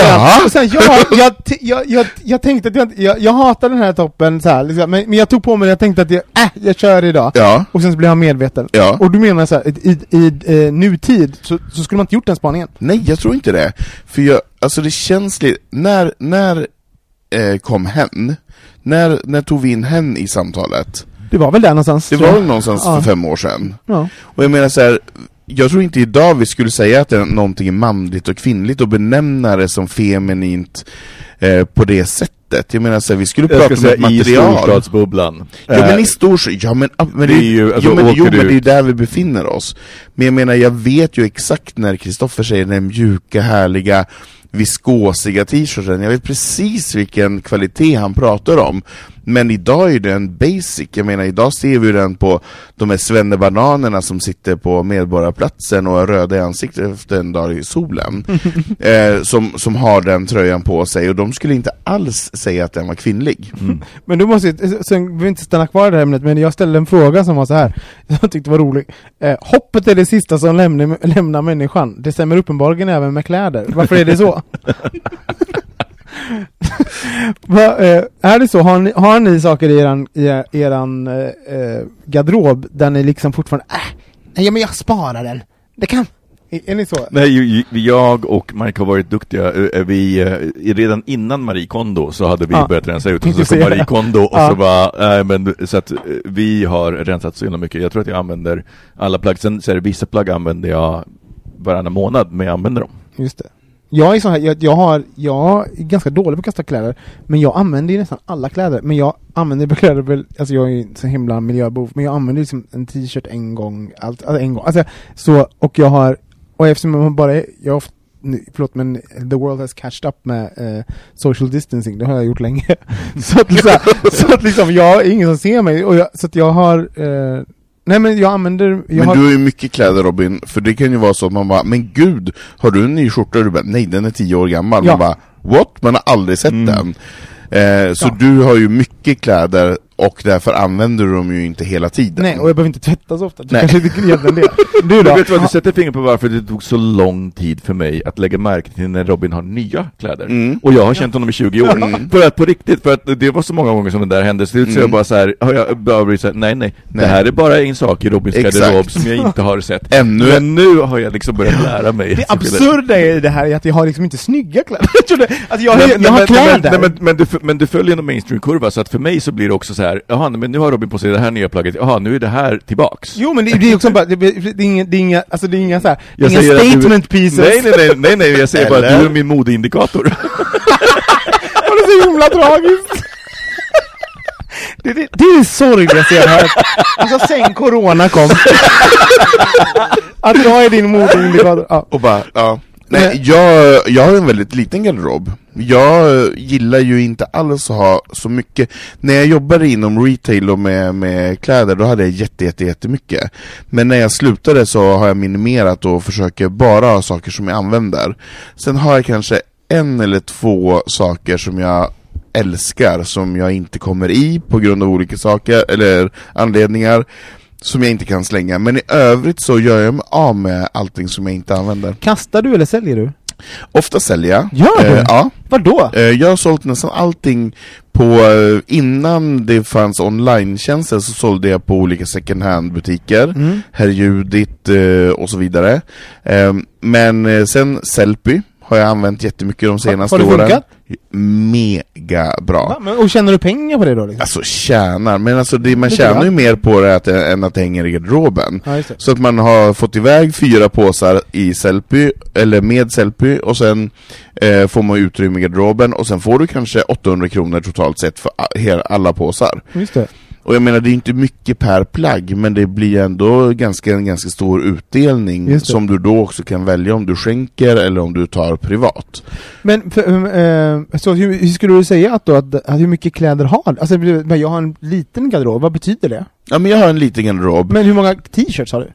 jag tänkte att jag hatar den här toppen så här, liksom, men jag tog på mig, jag tänkte att jag kör idag. Ja. Och sen så blev jag medveten. Ja. Och du menar så här, i nutid så skulle man inte gjort den spaningen? Nej, jag tror inte det. För alltså det känns lite, när kom hen? När tog vi in hen i samtalet? Det var väl där någonstans. Det var väl någonstans för 5 år sedan. Ja. Och jag menar så här, jag tror inte idag vi skulle säga att det är någonting manligt och kvinnligt och benämna det som feminint på det sättet. Jag menar så här, vi skulle prata om ett material i storstadsbubblan. Ja, men i men det är ju men det är där vi befinner oss. Men jag menar, jag vet ju exakt när Kristoffer säger den mjuka, härliga, viskosiga t-shirten. Jag vet precis vilken kvalitet han pratar om. Men idag är det en basic. Jag menar, idag ser vi den på de här svennebananerna som sitter på Medborgarplatsen och är röda i ansiktet efter en dag i solen. Som har den tröjan på sig. Och de skulle inte alls säga att den var kvinnlig. Men du måste sen vi inte stanna kvar i det här ämnet, men jag ställde en fråga som var så här. Jag tyckte var rolig. Hoppet är det sista som lämnar människan. Det stämmer uppenbarligen även med kläder. Varför är det så? Är det så? Har ni saker i eran garderob där ni liksom fortfarande nej, men jag sparar den. Det kan. Är ni så? Nej, jag och Mike har varit duktiga. Redan innan Marie Kondo så hade vi börjat rensa ut. Och så kom Marie Kondo och så var så att vi har rensat så himla mycket. Jag tror att jag använder alla plagg. Sen så är det vissa plagg använder jag varannan månad, men jag använder dem. Just det. Jag är så här, jag är ganska dålig på att kasta kläder, men jag använder ju nästan alla kläder. Men jag använder kläder väl, alltså jag är ju så himla miljöbov, men jag använder liksom en t-shirt en gång. Alltså, så, och jag har, och eftersom man bara förlåt, men the world has catched up med social distancing, det har jag gjort länge. så att liksom jag är ingen som ser mig, och så att jag har nej, men jag använder... Men du har ju mycket kläder, Robin, för det kan ju vara så att man bara, men gud, har du en ny skjorta? Du bara, nej, den är 10 år gammal. Man bara, what? Man har aldrig sett den. Så du har ju mycket kläder och därför använder du dem ju inte hela tiden. Nej, och jag behöver inte tvätta så ofta. Du kanske inte egentligen det. Du vet vad, du sätter fingret på varför det tog så lång tid för mig att lägga märke till när Robin har nya kläder. Och jag har känt honom i 20 år. För att på riktigt, för att det var så många gånger som det där hände. Så jag bara så här, har jag bara så här, nej. Det här är bara en sak i Robins garderob som jag inte har sett. Men nu har jag liksom börjat lära mig. Det absurda är det här att jag har liksom inte snygga kläder. Alltså jag har kläder. Men du följer en mainstream-kurva, så att för mig så blir det också så här, jaha, men nu har Robin på sig det här nya plagget. Jaha, nu är det här tillbaks. Jo, men det är också bara, det är inga så här, inga statement pieces. Nej, jag säger bara att du är min modeindikator. Det är så himla tragiskt. Det är sorg jag ser här. Alltså sen corona kom. Att jag är din modeindikator. Ja. Och bara, ja. Nej, jag har en väldigt liten garderob. Jag gillar ju inte alls att ha så mycket. När jag jobbade inom retail och med kläder, då hade jag jättemycket. Men när jag slutade så har jag minimerat och försöker bara ha saker som jag använder. Sen har jag kanske 1 eller 2 saker som jag älskar som jag inte kommer i på grund av olika saker eller anledningar som jag inte kan slänga. Men i övrigt så gör jag mig av med allting som jag inte använder. Kastar du eller säljer du? Ofta säljer jag. Gör du? Ja. Vadå? Jag har sålt nästan allting på, innan det fanns online-tjänster så sålde jag på olika second hand-butiker. Herr Judit och så vidare. Men sen Sellpy har jag använt jättemycket de senaste åren. Har det funkat? ligga bra. Och tjänar du pengar på det då? Liksom? Alltså tjänar, men alltså man tjänar ju mer på det än att det hänger i garderoben. Ja, så att man har fått iväg 4 påsar i Sellpy, eller med Sellpy, och sen får man utrymme i garderoben, och sen får du kanske 800 kronor totalt sett för alla påsar. Just det. Och jag menar, det är inte mycket per plagg, men det blir ändå en ganska stor utdelning som du då också kan välja om du skänker eller om du tar privat. Men så hur skulle du säga att hur mycket kläder har? Alltså jag har en liten garderob, vad betyder det? Ja, men jag har en liten garderob. Men hur många t-shirts har du?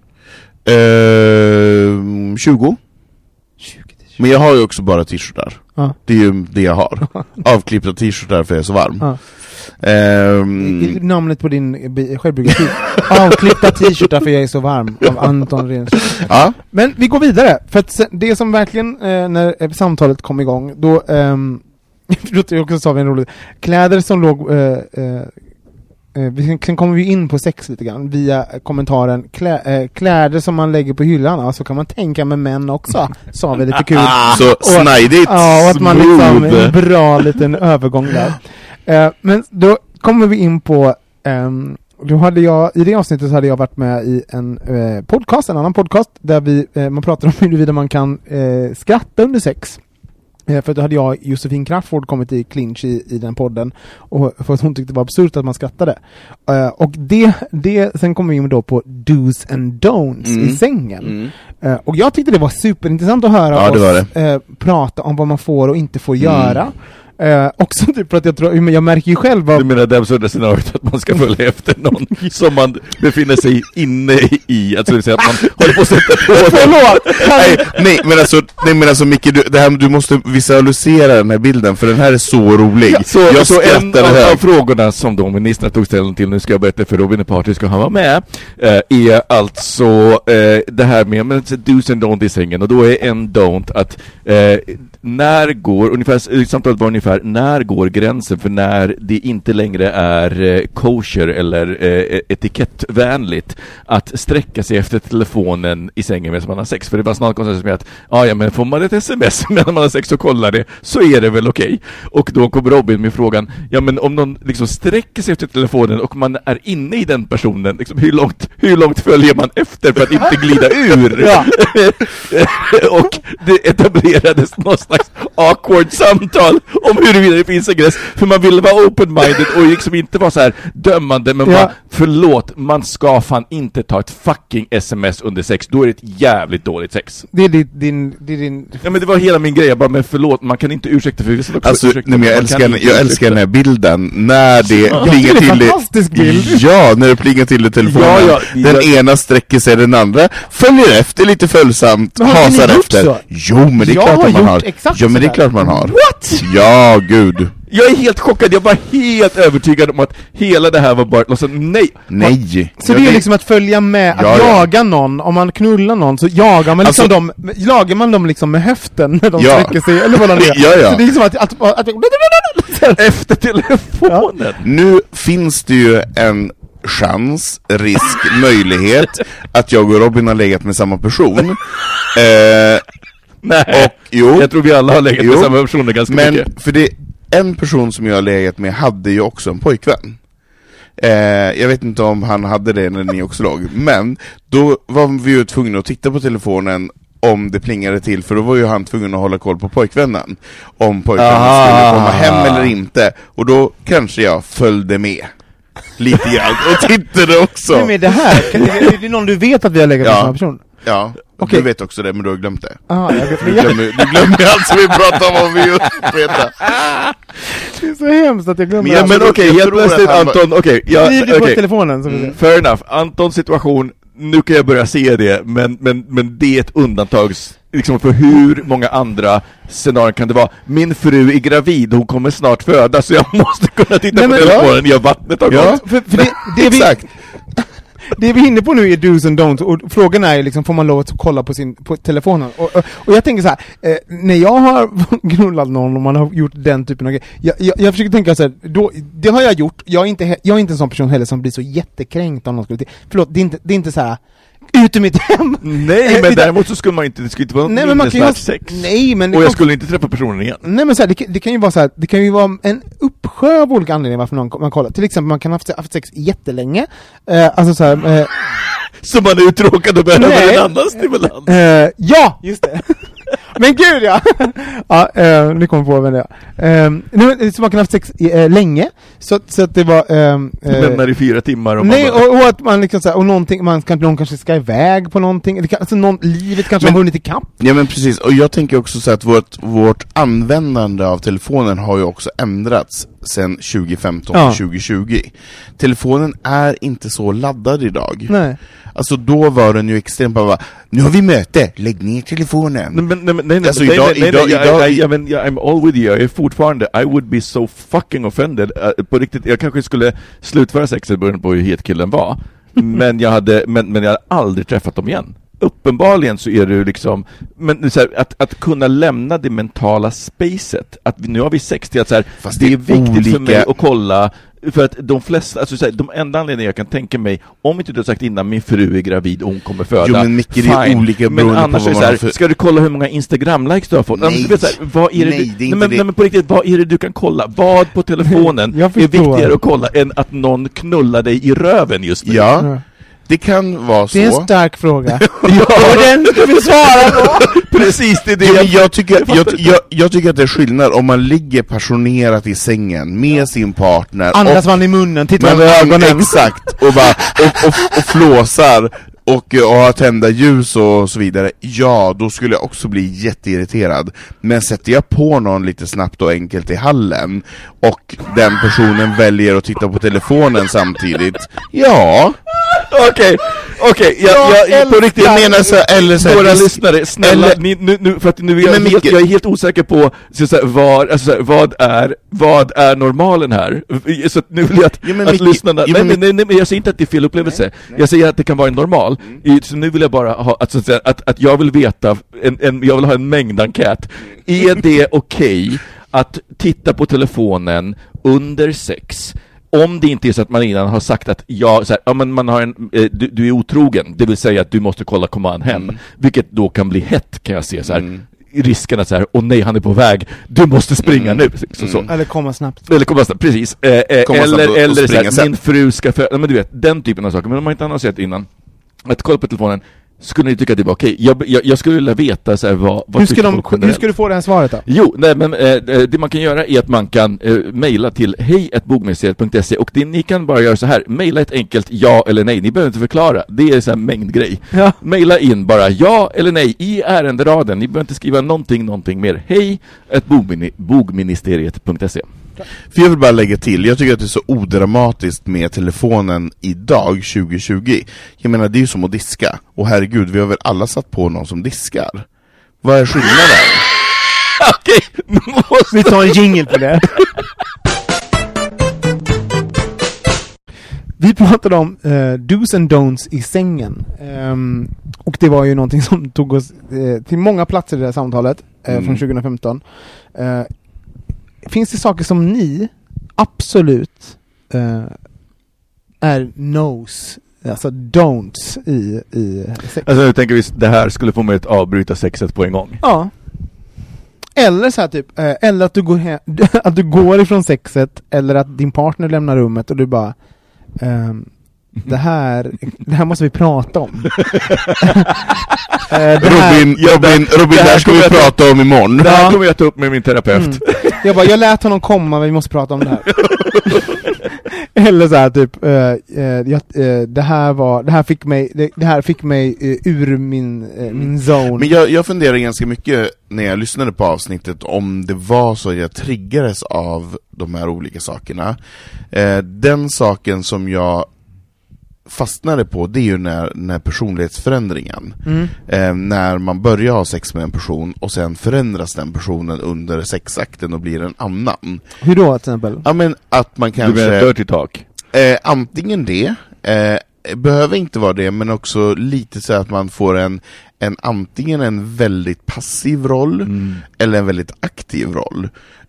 20. Men jag har ju också bara t-shirtar. Det är ju det jag har. Avklippta t-shirtar för jag är så varm. Namnet på din självbiografi. Avklippta t-shirtar för jag är så varm, av Anton Renström. Ja. Men vi går vidare, för att det som verkligen när samtalet kom igång, då också sa vi en rolig kläder som låg sen kommer vi in på sex lite grann via kommentaren kläder som man lägger på hyllan, så kan man tänka med män också, sa vi lite kul. Så snajdigt. Ja, och att man liksom en bra liten övergång där. Men då kommer vi in på då hade jag, i det avsnittet så hade jag varit med i en annan podcast där man pratar om huruvida man kan skratta under sex. För då hade jag Josefin Crafoord kommit i clinch i den podden, och för att hon tyckte det var absurt att man skrattade. Och sen kommer vi in då på do's and don'ts i sängen. Och jag tyckte det var superintressant att höra oss prata om vad man får och inte får göra. Också typ för att jag märker ju själv Du menar det absurda scenariot att man ska följa efter någon som man befinner sig inne i, alltså det vill säga att man håller på att sätta på. Nej, men alltså Micke, du måste visualisera den här bilden, för den här är så rolig. Ja, så en av frågorna som då ministern tog ställning till, nu ska jag berätta för Robin Party, ska han vara med, är alltså det här med do's and don'ts i sängen, och då är en don't att när går gränsen för när det inte längre är kosher eller etikettvänligt att sträcka sig efter telefonen i sängen medan man har sex? För det var snart konstigt med att men får man ett sms medan man har sex och kollar det, så är det väl okej. Och då kom Robin med frågan, men om någon liksom sträcker sig efter telefonen och man är inne i den personen, liksom, hur långt följer man efter för att inte glida ur? Och det etablerades något slags awkward samtal om huruvida det finns en gräns, för man vill vara open-minded och liksom inte vara så här dömande, men bara, förlåt, man ska fan inte ta ett fucking sms under sex, då är det ett jävligt dåligt sex. Det är din... Ja, men det var hela min grej, bara, men förlåt, man kan inte ursäkta för vissa alltså, jag älskar den här bilden när det plingar till det. Fantastisk bild. Ja, när det plingar till i telefonen. Den ena sträcker sig, den andra följer efter lite följsamt, hasar efter. Så? Jo, men det är klart att man har. Ja, men det är klart man har. What? Ja, gud. Jag är helt chockad, jag var helt övertygad om att hela det här var bara så nej. Så det är liksom att följa med, att jaga någon, om man knullar någon så jagar man liksom jagar man dem liksom med höften när de sträcker sig, eller vad det är. Så det är liksom att efter telefonen. Nu finns det ju en chans, risk, möjlighet att jag och Robin har legat med samma person. Nej, och, jag tror vi alla har legat med samma personer ganska mycket. Men för det en person som jag har legat med hade ju också en pojkvän. Jag vet inte om han hade det när ni också låg, men då var vi ju tvungna att titta på telefonen om det plingade till, för då var ju han tvungen att hålla koll på pojkvännen, om pojkvännen skulle komma hem eller inte, och då kanske jag följde med lite grann och tittade också. Men det här, är det någon du vet att vi har legat med samma person? Ja, okay. Du vet också det, men du har glömt det. Du glömmer allt som vi pratar om vi just vet det. Det är så hemskt att jag glömmer. Ja, men okej, helt plötsligt Anton, på telefonen så fair enough. Antons situation, nu kan jag börja se det, men det är ett undantag liksom, för hur många andra scenarier kan det vara? Min fru är gravid, hon kommer snart föda, så jag måste kunna titta på telefonen när vattnet har gått. För det exakt. Det vi är inne på nu är do's and don'ts, och frågan är liksom, får man lov att kolla på telefonen? Och jag tänker så här, när jag har gnullat någon och man har gjort den typen av grejer, jag försöker tänka så här, det har jag gjort. Jag är inte en sån person heller som blir så jättekränkt om någon skulle. Förlåt, det är inte så här, ut ur mitt hem. Nej, men däremot så skulle man inte, det skulle inte vara något minnesvärt sex. Nej, men och jag skulle inte träffa personen igen. Nej, men så här, det kan ju vara så här, det kan ju vara en uppsjö av olika anledningar varför man kollar. Till exempel man kan ha haft sex jättelänge. Alltså så här, så man är uttråkad och behöver en annan stimulans. Ja, just det. Men gud, ja! Ja, ni kommer på vem det är. Så man kan ha haft sex länge, så att det var... lämnar i 4 timmar och nej, och att man liksom såhär, och någonting, någon kanske ska iväg på någonting, alltså livet kanske har vunnit i kapp. Ja, men precis, och jag tänker också så att vårt användande av telefonen har ju också ändrats sedan 2015 till 2020. Telefonen är inte så laddad idag. Nej. Alltså då var den ju extremt bara, nu har vi möte, lägg ner telefonen. Nej, alltså I'm all with you. Jag är fortfarande, I would be so fucking offended. På riktigt, jag kanske skulle slutföra sexet beroende på hur het killen var. men jag hade aldrig träffat dem igen. Uppenbarligen så är det liksom, men så här, att kunna lämna det mentala spacet, att nu har vi 60, att så här, det är viktigt för mig att kolla, för att de flesta, alltså så här, de enda anledningar jag kan tänka mig, om inte du har sagt innan min fru är gravid och hon kommer föda, jo, men mycket det är olika, men annars är det så här, ska du kolla hur många Instagram-likes du har fått? Nej, du vet så här, vad är det men på riktigt, vad är det du kan kolla? Vad på telefonen är viktigare att kolla än att någon knullar dig i röven just nu? Ja. Det kan vara så. Det är en stark fråga. Och den ska vi svara på. Precis, det är det. Ja, jag tycker att det är skillnad om man ligger passionerat i sängen med sin partner. Andas man i munnen, tittar man i ögonen. Exakt, och bara och flåsar och har tända ljus och så vidare. Ja, då skulle jag också bli jätteirriterad. Men sätter jag på någon lite snabbt och enkelt i hallen och den personen väljer att titta på telefonen samtidigt, ja. Okej, jag på riktigt menar så, eller så våra lyssnare, snälla, nu för att nu är jag är helt osäker på vad är normalen här. Så att nu vill jag att lyssnarna, nej, jag säger inte att det är fel upplevelse. Jag säger att det kan vara en normal. Så nu vill jag bara ha att jag vill veta jag vill ha en mängdenkät. Är det okej att titta på telefonen under sex? Om det inte är så att man innan har sagt att man har du är otrogen, det vill säga att du måste kolla komman hem, vilket då kan bli hett, kan jag se så här. Risken att så här, nej, han är på väg, du måste springa nu. Så. Eller komma snabbt, precis. Eller så här, min fru ska men du vet, den typen av saker. Men om man inte annonserat innan, att kolla på telefonen, skulle ni tycka att det var okej? Jag skulle vilja veta så här, hur ska du få det här svaret då? Jo, nej, men det man kan göra är att man kan mejla till hej@bogministeriet.se, och ni kan bara göra så här, mejla ett enkelt ja eller nej, ni behöver inte förklara, det är så här mängdgrej. Ja. Mejla in bara ja eller nej i ärenderaden, ni behöver inte skriva någonting mer. hej@bogministeriet.se. För jag vill bara lägga till, jag tycker att det är så odramatiskt med telefonen idag 2020. Jag menar, det är ju som att diska. Och herregud, vi har väl alla satt på någon som diskar. Vad är skillnaden? Okej, vi tar en jingle på det. Vi pratade om do's and don'ts i sängen. Och det var ju någonting som tog oss till många platser i det här samtalet från 2015. Finns det saker som ni absolut är no's, alltså don'ts i sex? Alltså jag tänker det här skulle få mig att avbryta sexet på en gång. Ja. Eller så här typ, eller att du går att du går ifrån sexet, eller att din partner lämnar rummet och du bara det här måste vi prata om. Robin, det här ska vi prata om imorgon. Det här kommer jag ta upp med min terapeut. Jag lät honom komma, vi måste prata om det här. Eller så här typ det här fick mig ur min zone. Men jag funderar ganska mycket när jag lyssnade på avsnittet om det var så jag triggades av de här olika sakerna. Den saken som jag fastnade på, det är ju när personlighetsförändringen. När man börjar ha sex med en person och sen förändras den personen under sexakten och blir en annan. Hur då till exempel? Ja, men att man kanske... Du menar dirty talk? Antingen det, behöver inte vara det, men också lite så att man får antingen en väldigt passiv roll eller en väldigt aktiv roll.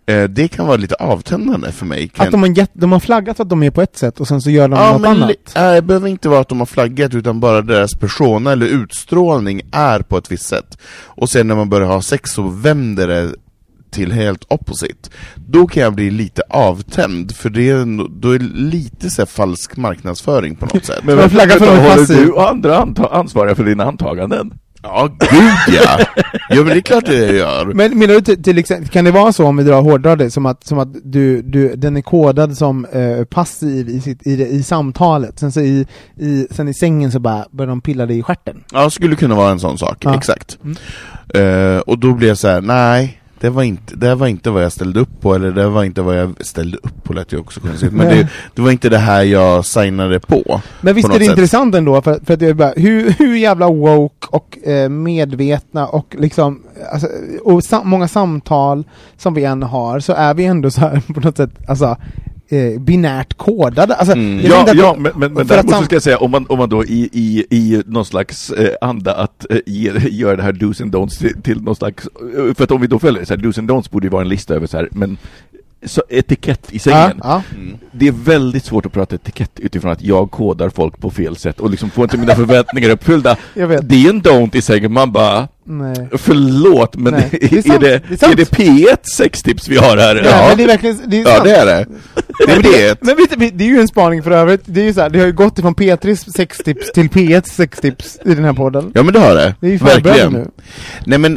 Det kan vara lite avtändande för mig. Att de har flaggat att de är på ett sätt och sen så gör de något annat. Det behöver inte vara att de har flaggat, utan bara deras persona eller utstrålning är på ett visst sätt. Och sen när man börjar ha sex så vänder det till helt opposite. Då kan jag bli lite avtänd, för då är det lite så här falsk marknadsföring på något sätt. Men håller du och andra ansvariga för dina antaganden? Ja, gud ja. Ja, men det är klart det jag gör. Men menar du till exempel, kan det vara så om vi hårdrar det som att du den är kodad som passiv i samtalet, sen så sen i sängen så bara börjar de pilla dig i stjärten? Ja, skulle kunna vara en sån sak, exakt. Och då blir jag så här: nej, det var inte vad jag ställde upp på, eller det var inte vad jag ställde upp på, lät jag också konstigt. Men det var inte det här jag signade på. Men visst på är det sätt. Intressant ändå, för att det är bara, hur jävla woke och medvetna och liksom, alltså, och många samtal som vi än har, så är vi ändå så här på något sätt, alltså binärt kodade. Alltså, men däremot ska jag säga, om man då i någon slags anda att göra det här do's and don'ts till någon slags, för att om vi då följer så här, do's and don'ts borde ju vara en lista över så här, men så etikett i sängen. Det är väldigt svårt att prata etikett utifrån att jag kodar folk på fel sätt och liksom får inte mina förväntningar uppfyllda. Det är en don't i sängen, man bara nej. Förlåt, men är det P1 sextips vi har här? Ja, men det är verkligen, det är sant. Det är det. Men det är ju en spaning för övrigt. Det är ju så här, det har ju gått ifrån P3 sextips till P1 sextips i den här podden. Ja, men det har det. Det är ju verkligen nu. Nej, men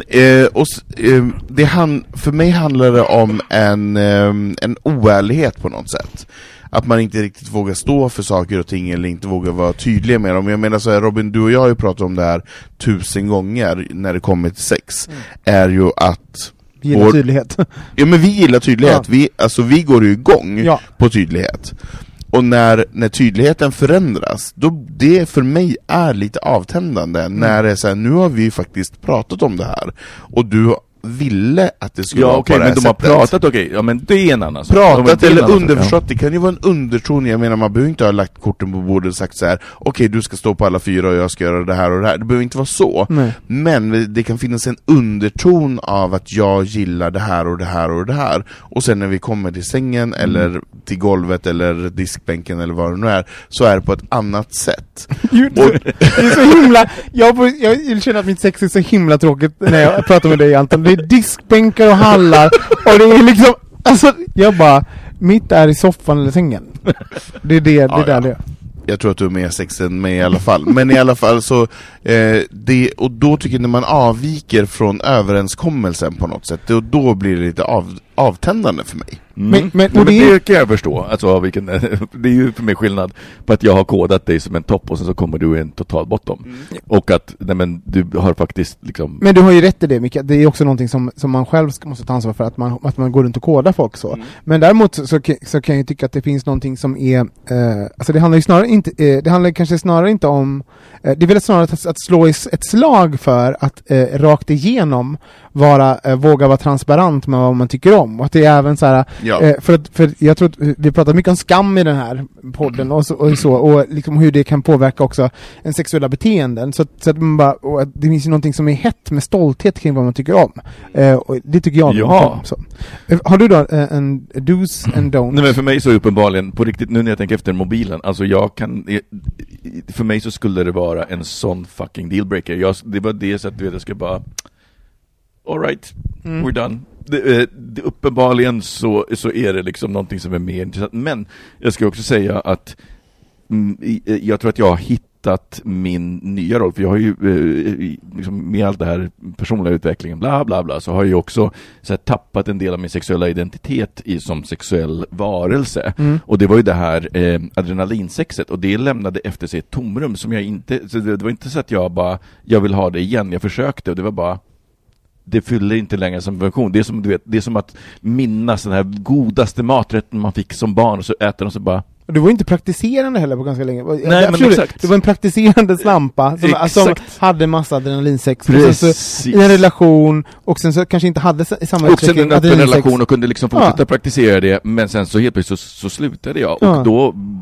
för mig handlar det om en oärlighet på något sätt. Att man inte riktigt vågar stå för saker och ting, eller inte vågar vara tydlig med dem. Jag menar så här, Robin, du och jag har ju pratat om det här 1000 gånger när det kommer till sex. Är ju att gillar tydlighet. Ja, men vi gillar tydlighet. Vi går ju igång på tydlighet. Och när tydligheten förändras, då det för mig är lite avtändande. När det är så här, nu har vi faktiskt pratat om det här, och du ville att det skulle vara på det här men de sättet. har pratat, ja, men det är en annan sak. Pratat eller underförstått, det kan ju vara en underton. Jag menar, man behöver inte ha lagt korten på bordet och sagt så här: okej, du ska stå på alla fyra och jag ska göra det här och det här. Det behöver inte vara så. Nej. Men det kan finnas en underton av att jag gillar det här och det här och det här. Och sen när vi kommer till sängen eller till golvet eller diskbänken eller vad det nu är, så är det på ett annat sätt. Det är så himla... Jag känner att mitt sex är så himla tråkigt när jag pratar med dig, Anton. Det är diskbänkar och hallar och det är liksom, alltså, jag bara, mitt är i soffan eller sängen. Det är det. Jag tror att du är mer sex än mig i alla fall. Men i alla fall så och då tycker jag, när man avviker från överenskommelsen på något sätt, och då blir det lite avtändande för mig. Men det kan jag förstå. Alltså, det är ju för mig skillnad på att jag har kodat dig som en topp och sen så kommer du i en total bottom. Och att du har faktiskt liksom... Men du har ju rätt i det, Micke. Det är också någonting som man själv måste ta ansvar för, att man går runt och kodar folk så. Men däremot så kan jag ju tycka att det finns någonting som är... alltså det handlar ju snarare inte... det handlar kanske snarare inte om... det är väl snarare att slå ett slag för att rakt igenom våga vara transparent med vad man tycker om. Och att det är även så här... För jag tror att vi pratar mycket om skam i den här podden och liksom hur det kan påverka också en sexuella beteenden, så att man bara, och det finns ju någonting som är hett med stolthet kring vad man tycker om, och det tycker jag om. Så. Har du då en do's and don'ts? Nej, men för mig så uppenbarligen, på riktigt, nu när jag tänker efter mobilen, alltså för mig så skulle det vara en sån fucking dealbreaker. Det var det så att jag ska bara all right, we're done. Det uppenbarligen så är det liksom någonting som är mer intressant. Men jag ska också säga att jag tror att jag har hittat min nya roll. För jag har ju liksom, med allt det här personliga utvecklingen bla bla bla, så har jag ju också så här, tappat en del av min sexuella identitet som sexuell varelse. Och det var ju det här adrenalinsexet, och det lämnade efter sig ett tomrum som jag inte, så det var inte så att jag vill ha det igen. Jag försökte, och det var bara, det fyller inte längre som funktion. Det är som, du vet, det är som att minnas den här godaste maträtten man fick som barn, och så äter de så bara... Du var inte praktiserande heller på ganska länge. Nej, men exakt. Det var en praktiserande slampa som hade massa adrenalinsex. Så, i en relation, och sen så kanske inte hade i samma utsträckning. Och sen en öppen relation och kunde liksom fortsätta praktisera det, men sen så helt plötsligt så slutade jag. Och då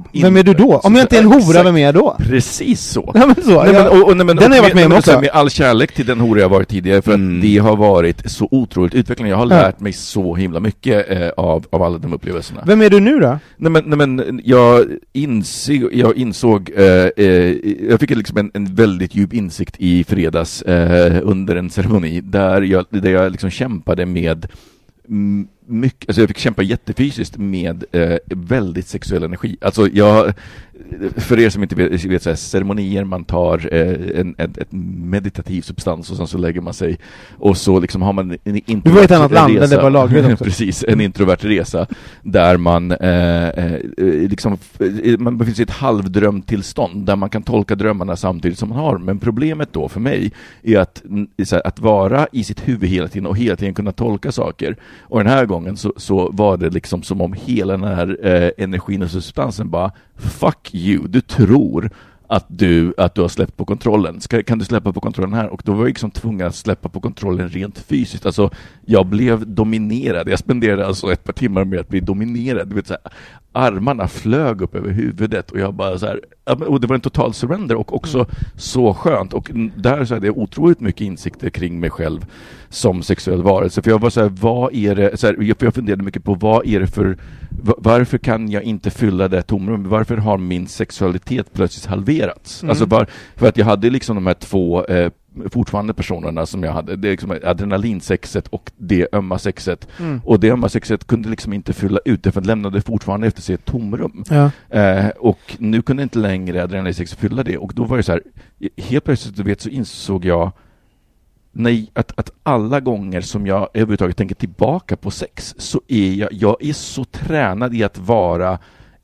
Vem är du då? Om jag inte är en hora, vem är jag då? Precis så. Ja, men så. Den har jag varit med om också. Med all kärlek till den hora jag varit tidigare, för att det har varit så otroligt utvecklande. Jag har lärt mig så himla mycket av alla de upplevelserna. Vem är du nu då? Nej men jag insåg jag fick liksom en väldigt djup insikt i fredags under en ceremoni där jag liksom kämpade med mycket, alltså jag fick kämpa jättefysiskt med väldigt sexuell energi. Alltså för er som inte vet så här, ceremonier, man tar ett meditativ substans och sen så lägger man sig och så liksom har man en introvert resa. Du var i ett annat land där det var lagligt också. Precis, en introvert resa där man liksom man befinner sig i ett halvdrömtillstånd där man kan tolka drömmarna samtidigt som man har. Men problemet då för mig är att vara i sitt huvud hela tiden och hela tiden kunna tolka saker. Och den här gången så var det liksom som om hela den här energin och substansen bara fuck you, du tror att du har släppt på kontrollen. Kan du släppa på kontrollen här? Och då var jag liksom tvungen att släppa på kontrollen rent fysiskt. Alltså, jag blev dominerad. Jag spenderade alltså ett par timmar med att bli dominerad. Du vet, så här, armarna flög upp över huvudet och jag bara så här, och det var en total surrender och också så skönt. Och där så hade jag otroligt mycket insikter kring mig själv som sexuell varelse. För jag var så här, vad är det, så här, jag funderade mycket på vad är det för, varför kan jag inte fylla det tomrum? Varför har min sexualitet plötsligt halverats? Alltså för att jag hade liksom de här två fortfarande personerna som jag hade, det är liksom adrenalinsexet och det ömma sexet, och det ömma sexet kunde liksom inte fylla ut det, för det lämnade fortfarande efter sig ett tomrum. Och nu kunde inte längre adrenalinsexet fylla det, och då var det så här, helt plötsligt så insåg jag att alla gånger som jag överhuvudtaget tänker tillbaka på sex så är jag är så tränad i att vara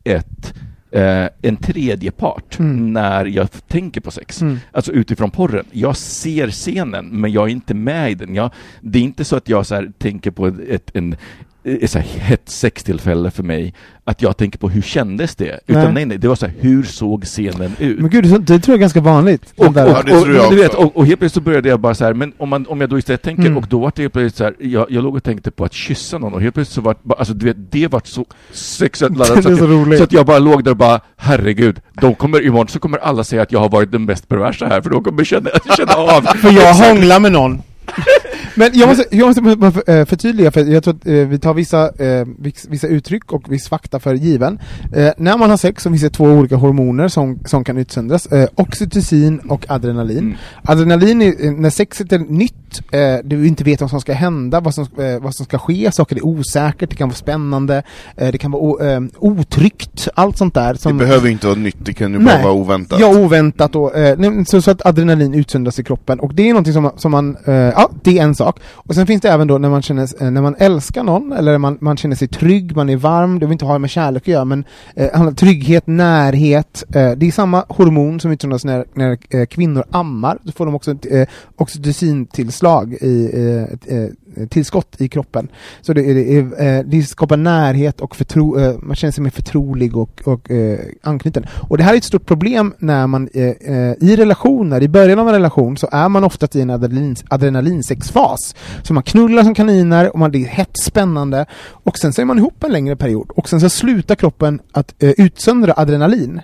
en tredje part när jag tänker på sex. Alltså utifrån porren. Jag ser scenen, men jag är inte med i den. Det är inte så att jag så här tänker på ett sextillfälle för mig, att jag tänker på hur kändes det, utan nej, det var så här, hur såg scenen ut? Men gud, det tror jag är ganska vanligt. Och helt plötsligt så började jag bara så här, men om jag då istället tänker, och då var det helt plötsligt så här, jag låg och tänkte på att kyssa någon, och helt plötsligt så var alltså du vet, det var så sexuellt laddat så att jag bara låg där och bara, herregud, imorgon så kommer alla säga att jag har varit den mest perversa här, för då kommer känna av för jag hånglar med någon. Men jag måste förtydliga, för jag tror att vi tar vissa uttryck och viss fakta för given. När man har sex så finns det två olika hormoner som kan utsöndras. Oxytocin och adrenalin. Adrenalin är när sexet är nytt, du inte vet vad som ska hända, vad som ska ske, saker är osäkert, det kan vara spännande, det kan vara otryggt, allt sånt där. Det behöver inte vara nytt, det kan ju bara vara oväntat. Ja, oväntat. Så att adrenalin utsöndras i kroppen, och det är någonting som man det är en sak. Och sen finns det även då när man älskar någon, eller man känner sig trygg, man är varm, det vill inte ha med kärlek att göra, men trygghet, närhet, det är samma hormon som utsöndras när kvinnor ammar. Då får de också oxytocintillslag tillskott i kroppen. Så det skapar närhet och man känner sig mer förtrolig och anknuten. Och det här är ett stort problem när man i relationer, i början av en relation så är man ofta i en adrenalinsexfas. Så man knullar som kaniner och det är hett spännande, och sen så är man ihop en längre period och sen så slutar kroppen att utsöndra adrenalin.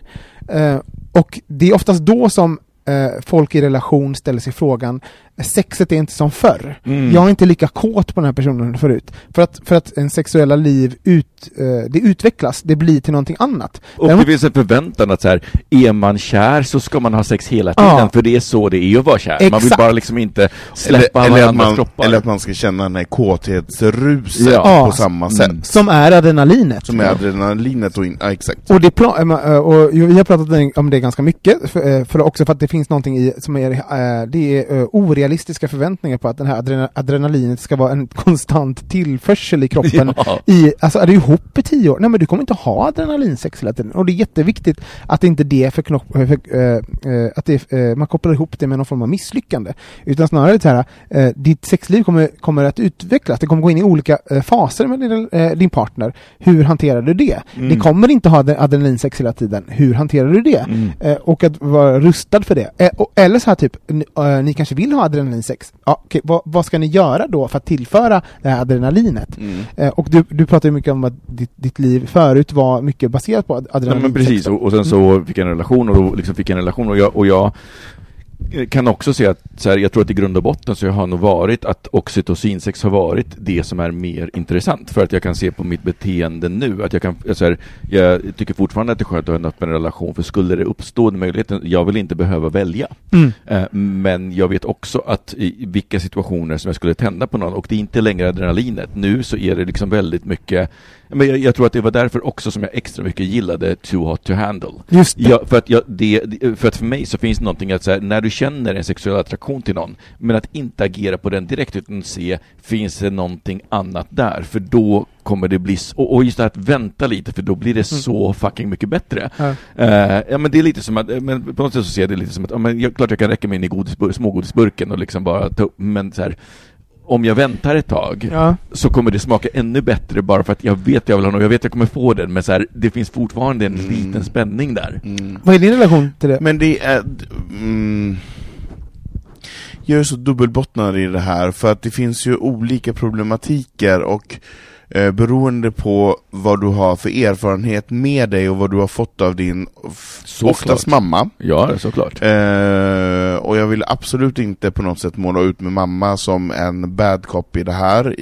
Och det är oftast då som folk i relation ställer sig frågan, sexet är inte som förr. Jag är inte lika kåt på den här personen förut. För att en sexuella liv det utvecklas, det blir till någonting annat. Och det finns en förväntan att så här, är man kär så ska man ha sex hela tiden, för det är så det är att vara kär. Exakt. Man vill bara liksom inte släppa varandras kroppar. Eller att man ska känna den här kåthetsruset på samma sätt. Som är adrenalinet. Exakt. Och vi har pratat om det ganska mycket, också för att det finns någonting som är orealistiska förväntningar på att den här adrenalinet ska vara en konstant tillförsel i kroppen. Alltså är du ihop i 10 år? Nej, men du kommer inte ha adrenalinsex hela tiden. Och det är jätteviktigt att inte det man kopplar ihop det med någon form av misslyckande. Utan snarare så här, ditt sexliv kommer att utvecklas. Det kommer gå in i olika faser med din partner. Hur hanterar du det? Det kommer inte ha adrenalinsex hela tiden. Hur hanterar du det? Och att vara rustad för det. Eller så här typ, ni kanske vill ha adrenalinsex. Ja, okej, vad ska ni göra då för att tillföra det här adrenalinet? Och du pratar ju mycket om att ditt liv förut var mycket baserat på adrenalinsex. Men precis, och sen så fick jag en relation och jag kan också säga att så här, jag tror att i grund och botten så har nog varit att oxytocinsex har varit det som är mer intressant, för att jag kan se på mitt beteende nu att jag tycker fortfarande att det är skönt att ha en öppen relation, för skulle det uppstå den möjligheten, jag vill inte behöva välja. Men jag vet också att i vilka situationer som jag skulle tända på någon, och det är inte längre adrenalinet. Nu så är det liksom väldigt mycket, men jag tror att det var därför också som jag extra mycket gillade Too Hot to Handle. Just det. För att för mig så finns det någonting att så här, när du känner en sexuell attraktion till någon, men att inte agera på den direkt utan se, finns det någonting annat där? För då kommer det bli och just det här att vänta lite, för då blir det så fucking mycket bättre. Men det är lite som att, men på något sätt så ser det lite som att klart jag kan räcka mig in i smågodisburken och liksom bara ta upp, men så här, om jag väntar ett tag så kommer det smaka ännu bättre, bara för att jag vet jag vill ha något, jag vet jag kommer få den, men så här, det finns fortfarande en liten spänning där. Vad är din relation till det? Men det är jag är så dubbelbottnad i det här, för att det finns ju olika problematiker, och beroende på vad du har för erfarenhet med dig och vad du har fått av din oftast mamma. Ja, såklart. Och jag vill absolut inte på något sätt måla ut med mamma som en bad cop i det här.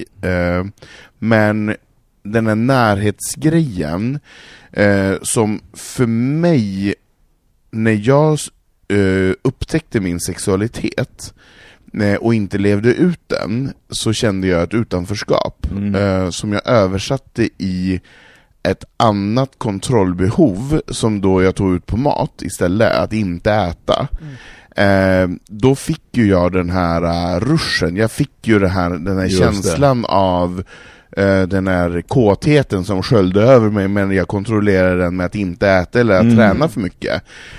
Men den här närhetsgrejen som för mig, när jag upptäckte min sexualitet och inte levde ut den, så kände jag ett utanförskap som jag översatte i ett annat kontrollbehov, som då jag tog ut på mat istället, att inte äta. Då fick ju jag den här ruschen, jag fick ju den här känslan av den här kåtheten som sköljde över mig, men jag kontrollerade den med att inte äta eller att träna för mycket.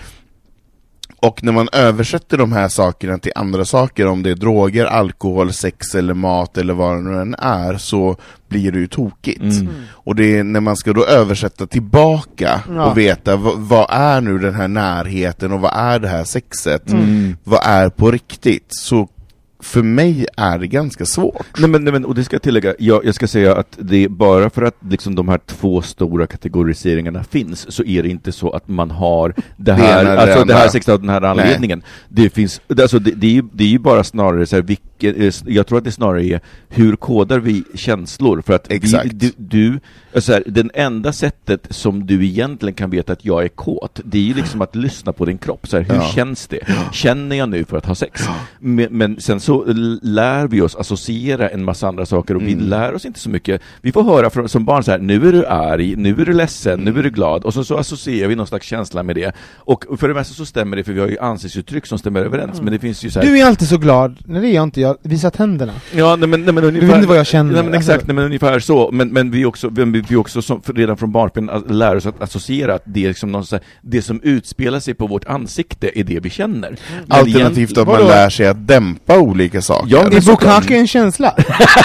Och när man översätter de här sakerna till andra saker, om det är droger, alkohol, sex eller mat eller vad det nu än är, så blir det ju tokigt. Och det är när man ska då översätta tillbaka och veta vad är nu den här närheten och vad är det här sexet, vad är på riktigt, så för mig är det ganska svårt. Nej, men och det ska jag tillägga, jag ska säga att det är bara för att liksom de här två stora kategoriseringarna finns, så är det inte så att man har det här sex av den här anledningen. Det finns, alltså det är ju bara snarare så här, jag tror att det snarare är hur kodar vi känslor, för att du så här, den enda sättet som du egentligen kan veta att jag är kåt, det är ju liksom att lyssna på din kropp, så här, hur känns det? Känner jag nu för att ha sex? Men sen så lär vi oss associera en massa andra saker, och vi lär oss inte så mycket. Vi får höra som barn så här, nu är du arg, nu är du ledsen, nu är du glad, och så associerar vi någon slags känsla med det, och för det mesta så stämmer det, för vi har ju ansiktsuttryck som stämmer överens, men det finns ju så här... Du är alltid så glad, när det är jag inte, jag visar tänderna. Ja, men ungefär, du vet inte vad jag känner. Men exakt, men ungefär så, men vi också som, redan från barnpen lär oss att associera att det är liksom någon så här, det som utspelar sig på vårt ansikte är det vi känner. Alternativt att man lär sig att dämpa olika saker. Ja, det är bukkake en känsla.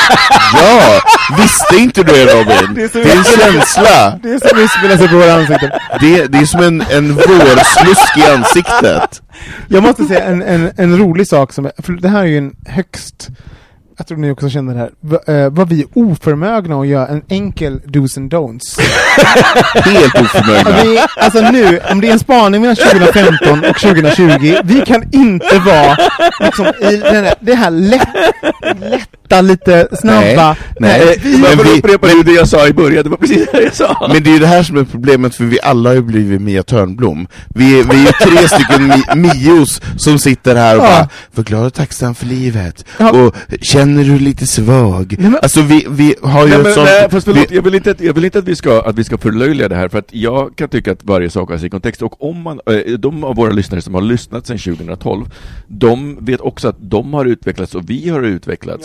Ja, visste inte du det, Robin? Det är en känsla. Det är som utspelar sig på våra ansikten. Det är som en vårslusk i ansiktet. Jag måste säga en rolig sak som, för det här är ju en högst, jag tror ni också känner det här, vad vi är oförmögna att göra en enkel do's and don'ts. Helt oförmögna. Alltså nu, om det är en spaning mellan 2015 och 2020, vi kan inte vara liksom i det här lätta, lite snabba. Nej. Men upprepar det jag sa i början, det var precis det jag sa. Men det är ju det här som är problemet, för vi alla har ju blivit Mia Törnblom. Vi är ju 3 stycken Mios som sitter här och bara förklarar tacksam för livet. Och känner du lite svag? Alltså vi har ju ett sånt... Fast förlåt, jag vill inte att vi ska förlöjliga det här, för att jag kan tycka att varje sak har sin kontext, och om man, de av våra lyssnare som har lyssnat sedan 2012, de vet också att de har utvecklats och vi har utvecklats.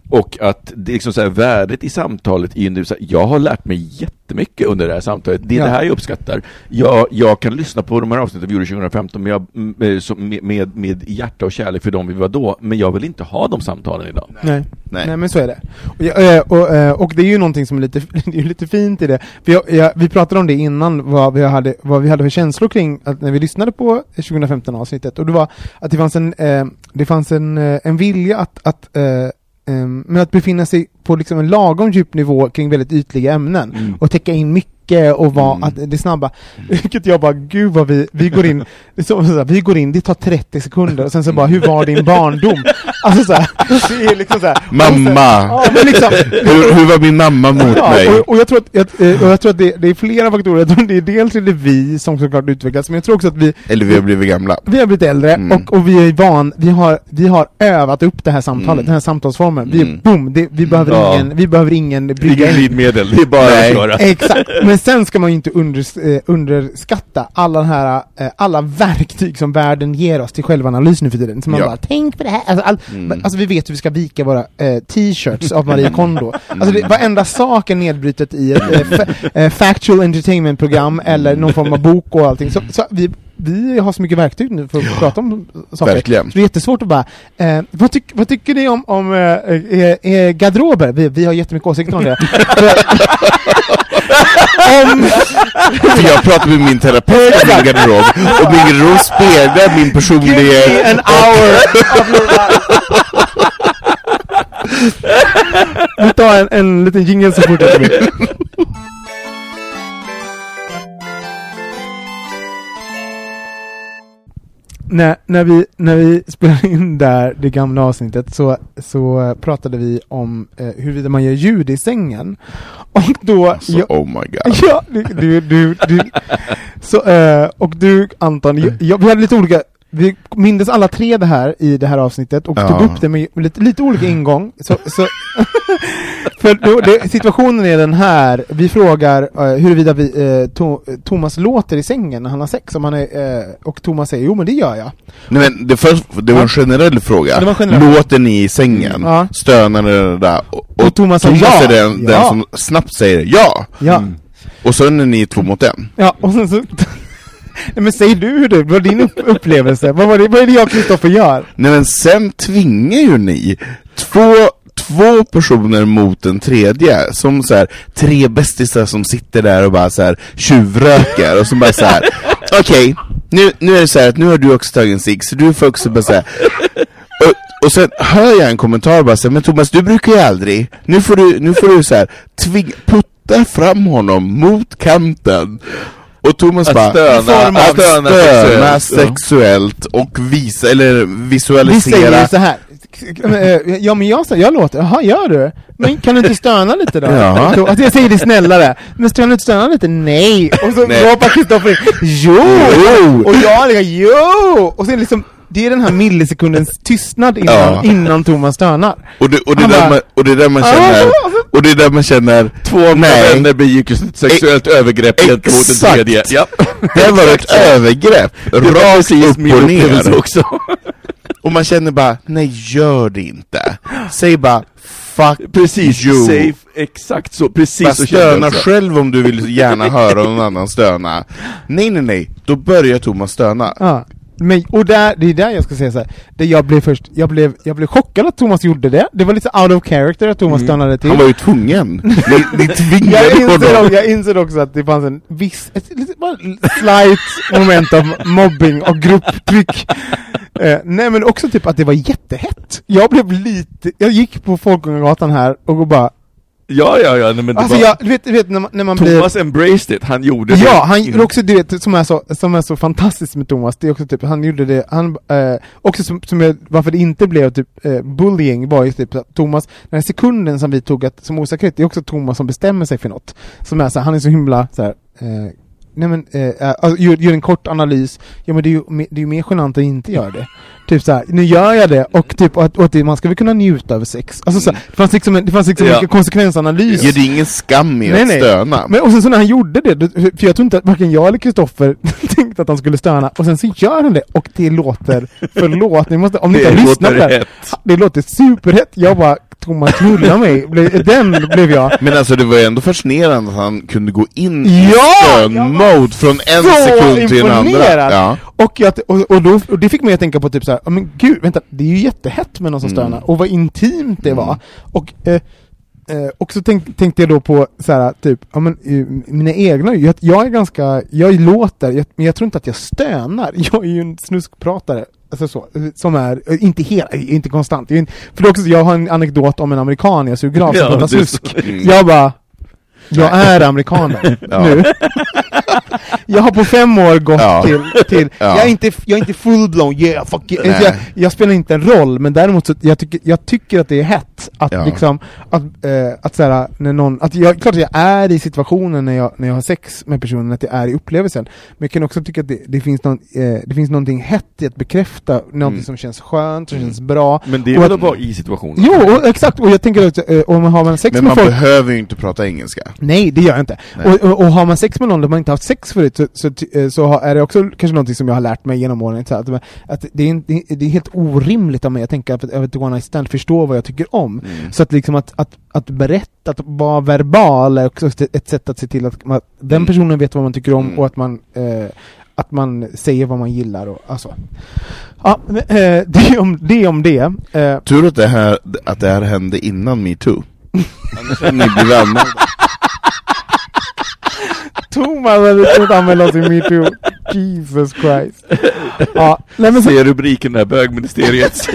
Och att det liksom så här, värdet i samtalet är nu så här, jag har lärt mig jättemycket under det här samtalet. Det är det här jag uppskattar. Jag kan lyssna på de här avsnitten vi gjorde 2015 med hjärta och kärlek för dem vi var då, men jag vill inte ha de samtalen idag. Nej, men så är det. Och det är ju någonting som är lite fint i det. Vi pratade om det innan, vad vi hade för känslor kring att när vi lyssnade på 2015 avsnittet, och det var att det fanns en vilja men att befinna sig på liksom en lagom djup nivå kring väldigt ytliga ämnen och täcka in mycket och att det snabba, vilket jag bara, gud vad vi går in vi går in, det tar 30 sekunder och sen så bara, hur var din barndom? Alltså så här, det är liksom så här, mamma, liksom, hur var min mamma mot mig? Och jag tror att det är flera faktorer. Jag tror det är dels det vi som såklart utvecklas, men jag tror också att vi har blivit gamla. Vi har blivit äldre och vi är vi har övat upp det här samtalet, den här samtalsformen. Vi behöver ingen brygga glidmedel, det är bara att göra. Exakt. Men sen ska man ju inte underskatta alla verktyg som världen ger oss till självanalys nu för tiden. Så man bara, tänk på det här. Alltså vi vet hur vi ska vika våra t-shirts av Marie Kondo. Alltså varenda sak är nedbrytet i ett factual entertainment-program eller någon form av bok och allting. Så vi har så mycket verktyg nu för att prata om saker. Verkligen. Så det är jättesvårt att bara... vad tycker ni om garderober? Vi har jättemycket åsikter om det. Jag pratar med min terapeut om min garderob, och min garderob speglar min personlighet. Give me an hour of your life. Vi tar en liten jingle så fortsätter vi. När vi spelade in där det gamla avsnittet så pratade vi om huruvida man gör ljud i sängen. Och då oh my god. Ja, du så och du Anton, vi hade lite olika, vi mindes alla tre det här i det här avsnittet och tog upp det med lite olika ingång. Så för situationen är den här. Vi frågar huruvida Thomas låter i sängen när han har sex, och Thomas säger, jo men det gör jag. Nej, men det var en generell fråga. Låter ni i sängen? Stönar det där? Och Thomas är den som snabbt säger ja. Och så är ni 2 mot 1. Ja, och sen så... Nej, men säg du hur det var din upplevelse. Vad är det jag och Kristoffer gör? Nej, men sen tvingar ju ni två personer mot en tredje, som så här 3 bästisar som sitter där och bara så här tjuvröker och som bara så här okej, nu är det så här att nu har du också tagit en cigg, så du får också bara så här. Och sen hör jag en kommentar bara så här, men Thomas, du brukar ju aldrig. Nu får du så här putta fram honom mot kanten. Och Thomas bara stöna sexuellt och visualisera. Vi säger så här. Ja, men jag låter. Jaha, gör du? Men kan du inte stöna lite då? Ja. Att jag säger det snällare. Men kan du inte stöna lite? Nej. Och så ropar Kristoffer, jo! Och jag liksom, jo! Och sen liksom, det är den här millisekundens tystnad innan Thomas stönar. Och det är där man känner, och det är där man känner 2 vänner begick ett sexuellt övergrepp gentemot en tredje. Ja. Det var ett övergrepp. Rakt upp och ner också. Och man känner bara, nej, gör det inte. Säg bara, fuck precis, you. Safe, exakt så, precis. Bara stöna själv om du vill gärna höra någon annan stöna. Nej, då börjar Thomas stöna. Ja. Men, och det är där jag ska säga så här. Jag blev chockad att Thomas gjorde det. Det var lite out of character att Thomas stannade till. Han var ju tvungen. Ni tvingade jag inser också att det fanns en viss slight moment av mobbing och grupptryck. Nej, men också typ att det var jättehett. Jag gick på Folkungagatan här och bara Ja, nej, men alltså du vet när man Thomas embraced it, han gjorde det. Ja, han gjorde också det som är så fantastiskt med Thomas. Det är också typ, han gjorde det, han också varför det inte blev typ bullying var ju typ Thomas, den här sekunden som vi tog som osäkerhet, det är också Thomas som bestämmer sig för något. Som är så här, han är så himla så här, alltså, gör en kort analys. Ja, men det är ju mer genant att inte göra det. Typ så här, nu gör jag det, och typ att man ska väl kunna njuta över sex. Alltså så här, det fanns liksom mycket konsekvensanalys. Ja, det är ingen skam i att stöna. Men och sen så när han gjorde det, för jag tror inte att varken jag eller Kristoffer tänkte att han skulle stöna, och sen så gör han det, och det låter, förlåt, ni måste, om ni inte har lyssnat där, det låter superhett. Jag bara Thomas knulla mig. Den blev jag. Men alltså det var ändå fascinerande att han kunde gå in i stön-mode från en sekund till en andra. Ja. Och det fick mig att tänka på typ så här, men gud, vänta, det är ju jättehett med någon som stönar. Och vad intimt det var. Och så tänkte jag då på så här, typ, ja, men, mina egna, jag är ganska, jag låter, men jag tror inte att jag stönar. Jag är ju en snuskpratare. Alltså så, som är inte konstant. För det också, jag har en anekdot om en amerikan jag suger av som pratar snusk. Jag bara, jag är amerikaner nu. Jag har på 5 år gått till jag är inte full-blown, jag spelar inte en roll, men däremot så jag tycker att det är hett att liksom att så här, när någon, att jag, klart att jag är i situationen när jag har sex med personen, att det är i upplevelsen, men jag kan också tycka att det finns någonting hett i att bekräfta någonting som känns skönt, som känns bra. Men det är väl att vara i situationen. Jo, exakt, och jag tänker att om man har sex men med folk, man behöver ju inte prata engelska. Nej, det gör jag inte. Och har man sex med någon där man inte haft sex förut, så är det också kanske någonting som jag har lärt mig genom åren. Att det är helt orimligt av mig. Jag tänker att ett one night stand förstår vad jag tycker om. Så att liksom att berätta, att vara verbal är också ett sätt att se till att den personen vet vad man tycker om och att man säger vad man gillar och alltså. Ja, det om det. Tur att det här hände innan Me Too. Annars hade ni blivit anmälda. Thomas hade kunnat anmäla oss i Me Too. Jesus Christ. Ja, se rubriken där, bögministeriet.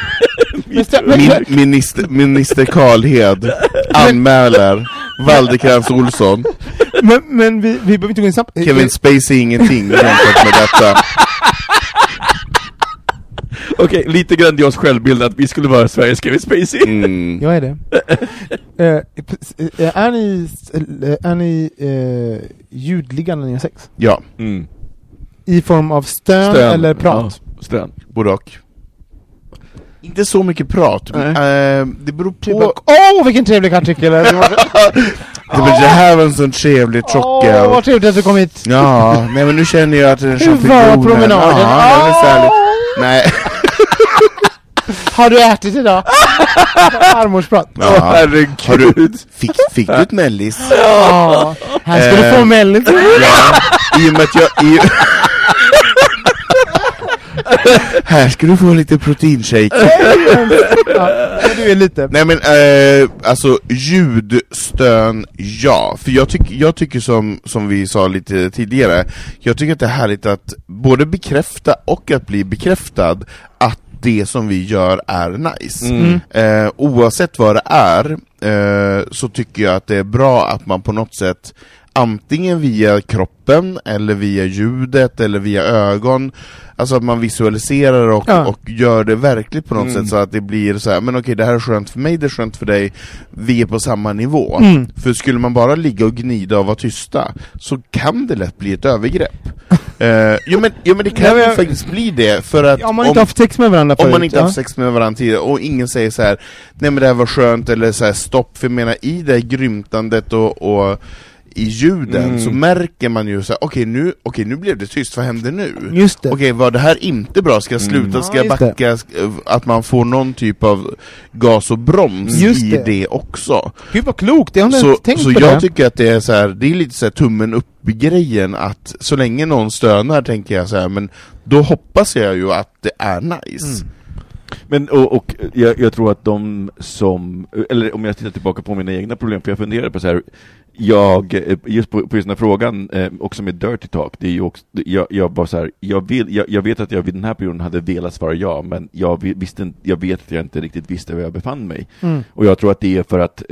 Minister Karlhed anmäler Valdekrans Olsson. Men vi behöver inte gå in snabbt. Kevin Spacey ingenting jämfört med detta. Okej, lite grandios självbild att vi skulle vara Sveriges Kevin Spacey. Jag är det. Är ni ljudliga när ni har sex? Ja. I form av stön eller prat? Ja, stön. Både och. Inte så mycket prat. Det beror på... vilken trevlig artikel. Det här var en sån trevlig tjockel. Vad trevligt att du kom hit. Ja, nej men nu känner jag att den champinjonen... promenaden? Nej. Har du ätit idag? Armorsprat. Ja, herregud. Fick du ett mellis? Ja, här ska du få mellis. Ja, i och med att jag... Här ska du få lite proteinshake. Du är lite. Nej men alltså ljudstön, ja. För jag tycker som vi sa lite tidigare, jag tycker att det är härligt att både bekräfta och att bli bekräftad att det som vi gör är nice. Oavsett vad det är så tycker jag att det är bra att man på något sätt, antingen via kroppen eller via ljudet eller via ögon, alltså att man visualiserar och gör det verkligt på något sätt, så att det blir så här, men okej, det här är skönt för mig, det är skönt för dig, vi är på samma nivå. För skulle man bara ligga och gnida och vara tysta, så kan det lätt bli ett övergrepp. Jo men det kan ju faktiskt bli det, för att om man inte har haft sex med varandra förut, om man inte har haft sex med varandra tidigare och ingen säger så här, nej men det här var skönt, eller så här, stopp, för jag menar, i det grymtandet och i ljuden så märker man ju så här, okej, nu blev det tyst, vad hände nu? Just det. Okej, var det här inte bra? Ska jag sluta? Ska jag backa? Att man får någon typ av gas och broms i det också. Gud vad klokt, jag har inte tänkt på det. Så jag tycker att det är så här, det är lite så här tummen upp i grejen, att så länge någon stönar, tänker jag så här, men då hoppas jag ju att det är nice. Men och jag tror att de som, eller om jag tittar tillbaka på mina egna problem, för jag funderar på så här, just på just den här frågan också med Dirty Talk, det är ju också, jag bara så här, jag vet att jag vid den här perioden hade velat svara ja, men jag vet att jag inte riktigt visste var jag befann mig. Och jag tror att det är för att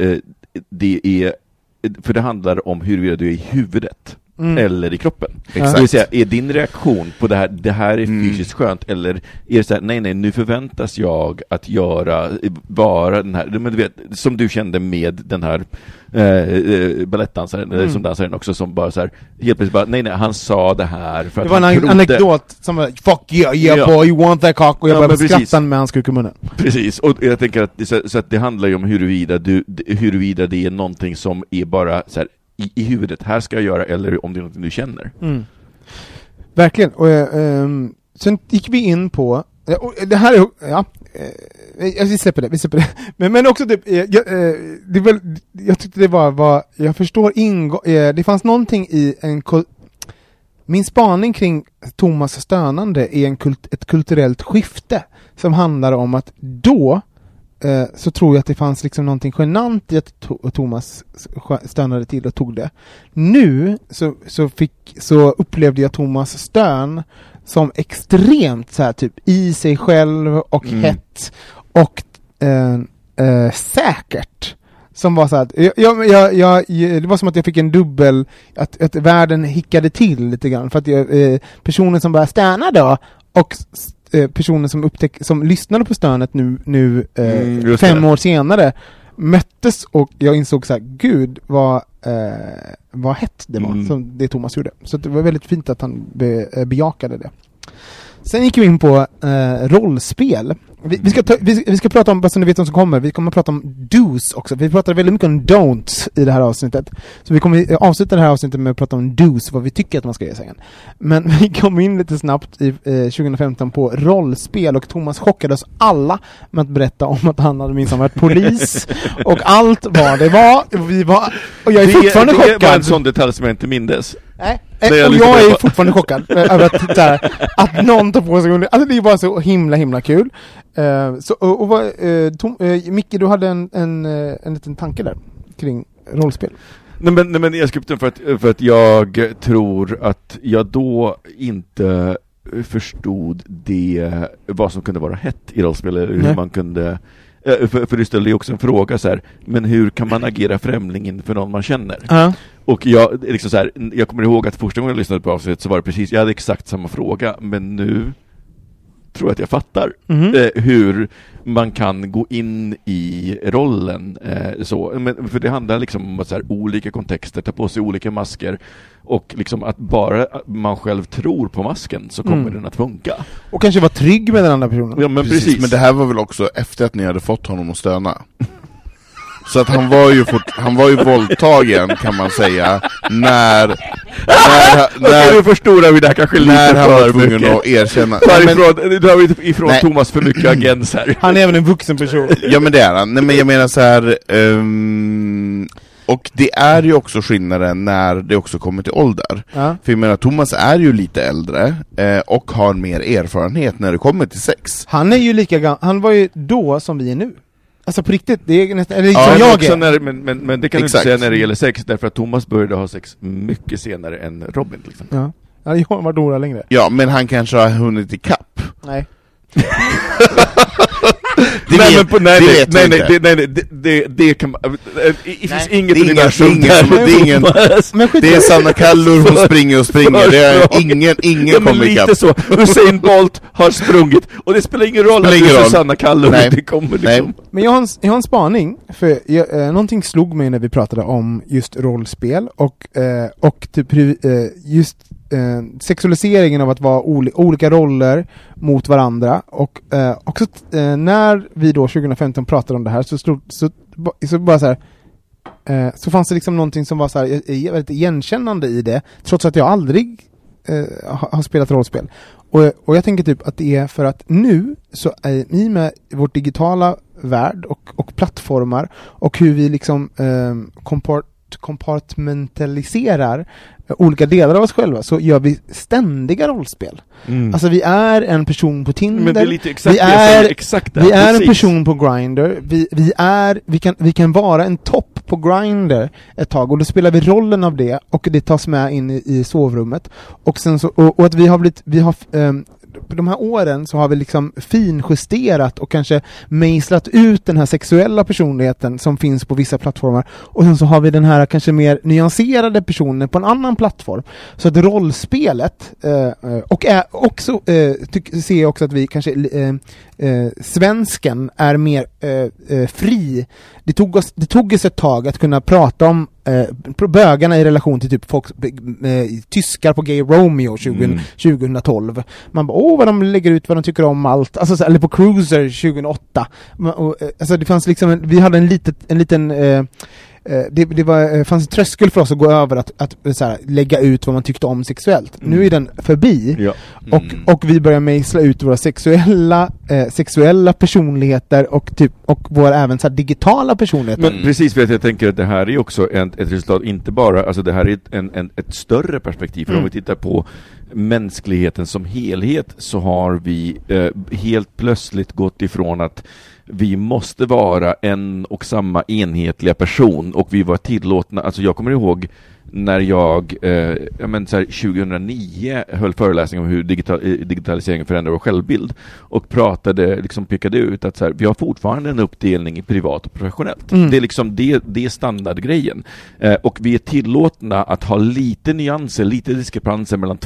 det handlar om huruvida du är i huvudet eller i kroppen. Exakt. Det vill säga, är din reaktion på det här är fysiskt skönt, eller är det så här, nej, nu förväntas jag att vara den här, men du vet, som du kände med den här ballettdansaren, eller som dansaren också, som bara så här, helt plötsligt bara, nej, han sa det här för att det var en anekdot som var, fuck yeah boy, you want that cock, och jag bara skrattade med hans kuk i munnen. Precis, och jag tänker att så att det handlar ju om huruvida det är någonting som är bara så här, i huvudet, här ska jag göra, eller om det är något du känner. Verkligen. Och sen gick vi in på, och det här är, vi släpper det. Men också typ, jag tyckte det var jag förstår det fanns någonting i min spaning kring Thomas stönande är ett kulturellt skifte som handlar om att då så tror jag att det fanns liksom någonting genant i att Thomas stönade till och tog det. Nu så upplevde jag Thomas stön som extremt så här typ i sig själv och hett och säkert. Som var så att det var som att jag fick en dubbel att världen hickade till lite grann för att personen som började stöna då och personen som lyssnade på stönet nu 5 år senare möttes och jag insåg så här, gud vad hett det var som det Thomas gjorde. Så det var väldigt fint att han bejakade det. Sen gick vi in på rollspel. Vi ska prata om vad som ni vet som kommer. Vi kommer att prata om do's också. Vi pratar väldigt mycket om don'ts i det här avsnittet. Så vi kommer avsluta det här avsnittet med att prata om do's, vad vi tycker att man ska göra sen. Men vi kom in lite snabbt i 2015 på rollspel och Thomas chockade oss alla med att berätta om att han hade minst varit polis och allt vad det var. Och jag är fortfarande chockad. Det var en sån detalj som jag inte mindes. Nej. Och jag är fortfarande chockad över att någon tar på sig under. Alltså det är bara så himla kul. Micke, du hade en liten tanke där kring rollspel. Nej men jag skrev för att jag tror att jag då inte förstod vad som kunde vara hett i rollspel eller hur man kunde. För du ställde ju också en fråga så här, men hur kan man agera främling inför någon man känner? Och jag liksom så här, jag kommer ihåg att första gången jag lyssnade på avsnittet så var det precis, jag hade exakt samma fråga, men nu tror jag att jag fattar hur man kan gå in i rollen så. Men för det handlar liksom om att så här, olika kontexter, ta på sig olika masker och liksom att bara man själv tror på masken så kommer den att funka. Och kanske vara trygg med den andra personen. Ja, men precis. Men det här var väl också efter att ni hade fått honom att stöna. Så att han var ju våldtagen kan man säga när du förstorar vi där kanske när han var tvungen att erkänna. Du har ifrån Thomas för mycket agens här. Han är även en vuxen person. Ja men det är han. Nej men jag menar så här. Och det är ju också skillnaden när det också kommer till ålder. För jag menar, Thomas är ju lite äldre och har mer erfarenhet när det kommer till sex. Han är ju lika gammal. Han var ju då som vi är nu. Alltså på riktigt, det är nästan, eller liksom jag är. Men det kan du inte säga när det gäller sex, därför att Thomas började ha sex mycket senare än Robin liksom. Ja, jag har varit några längre. Ja, men han kanske har hunnit i kapp. Nej. Det kan det finns inget universum där. Det är Sanna Kallur, hon springer. Det är ingen kommer i kapp. Lite så. Usain Bolt har sprungit och det spelar ingen roll att du är Sanna Kallur. Det kommer liksom. Men jag har en spaning för någonting slog mig när vi pratade om just rollspel och typ just sexualiseringen av att vara olika roller mot varandra och också när vi då 2015 pratade om det här så bara så här så fanns det liksom någonting som var så här väldigt igenkännande i det, trots att jag aldrig har spelat rollspel. Och jag tänker typ att det är för att nu så är i med vårt digitala värld och plattformar och hur vi liksom kompartmentaliserar olika delar av oss själva, så gör vi ständiga rollspel. Alltså vi är en person på Tinder. Men det är lite exakt vi är en person på Grindr. Vi kan vara en topp på Grindr ett tag och då spelar vi rollen av det och det tas med in i sovrummet. Och sen så och att vi har på de här åren så har vi liksom finjusterat och kanske mejslat ut den här sexuella personligheten som finns på vissa plattformar, och sen så har vi den här kanske mer nyanserade personen på en annan plattform. Så att rollspelet och är också ser jag också att vi kanske svensken är mer fri. Det tog oss ett tag att kunna prata om bögarna i relation till typ folk, tyskar på Gay Romeo 2012. Man bara, vad de lägger ut, vad de tycker om allt. Alltså, eller på Cruiser 2008. Alltså det fanns liksom, vi hade en liten fanns en tröskel för oss att gå över att så här, lägga ut vad man tyckte om sexuellt. Nu är den förbi och vi börjar mejsla ut våra sexuella personligheter och våra även så här, digitala personligheter. Men precis, för att jag tänker att det här är också ett resultat, inte bara, alltså det här är ett större perspektiv, för om vi tittar på mänskligheten som helhet så har vi helt plötsligt gått ifrån att vi måste vara en och samma enhetliga person, och vi var tillåtna, alltså jag kommer ihåg när jag så här 2009 höll föreläsning om hur digitaliseringen förändrar vår självbild och pekade ut att så här, vi har fortfarande en uppdelning i privat och professionellt. Det är liksom det är standardgrejen. Och vi är tillåtna att ha lite nyanser, lite diskrepanser mellan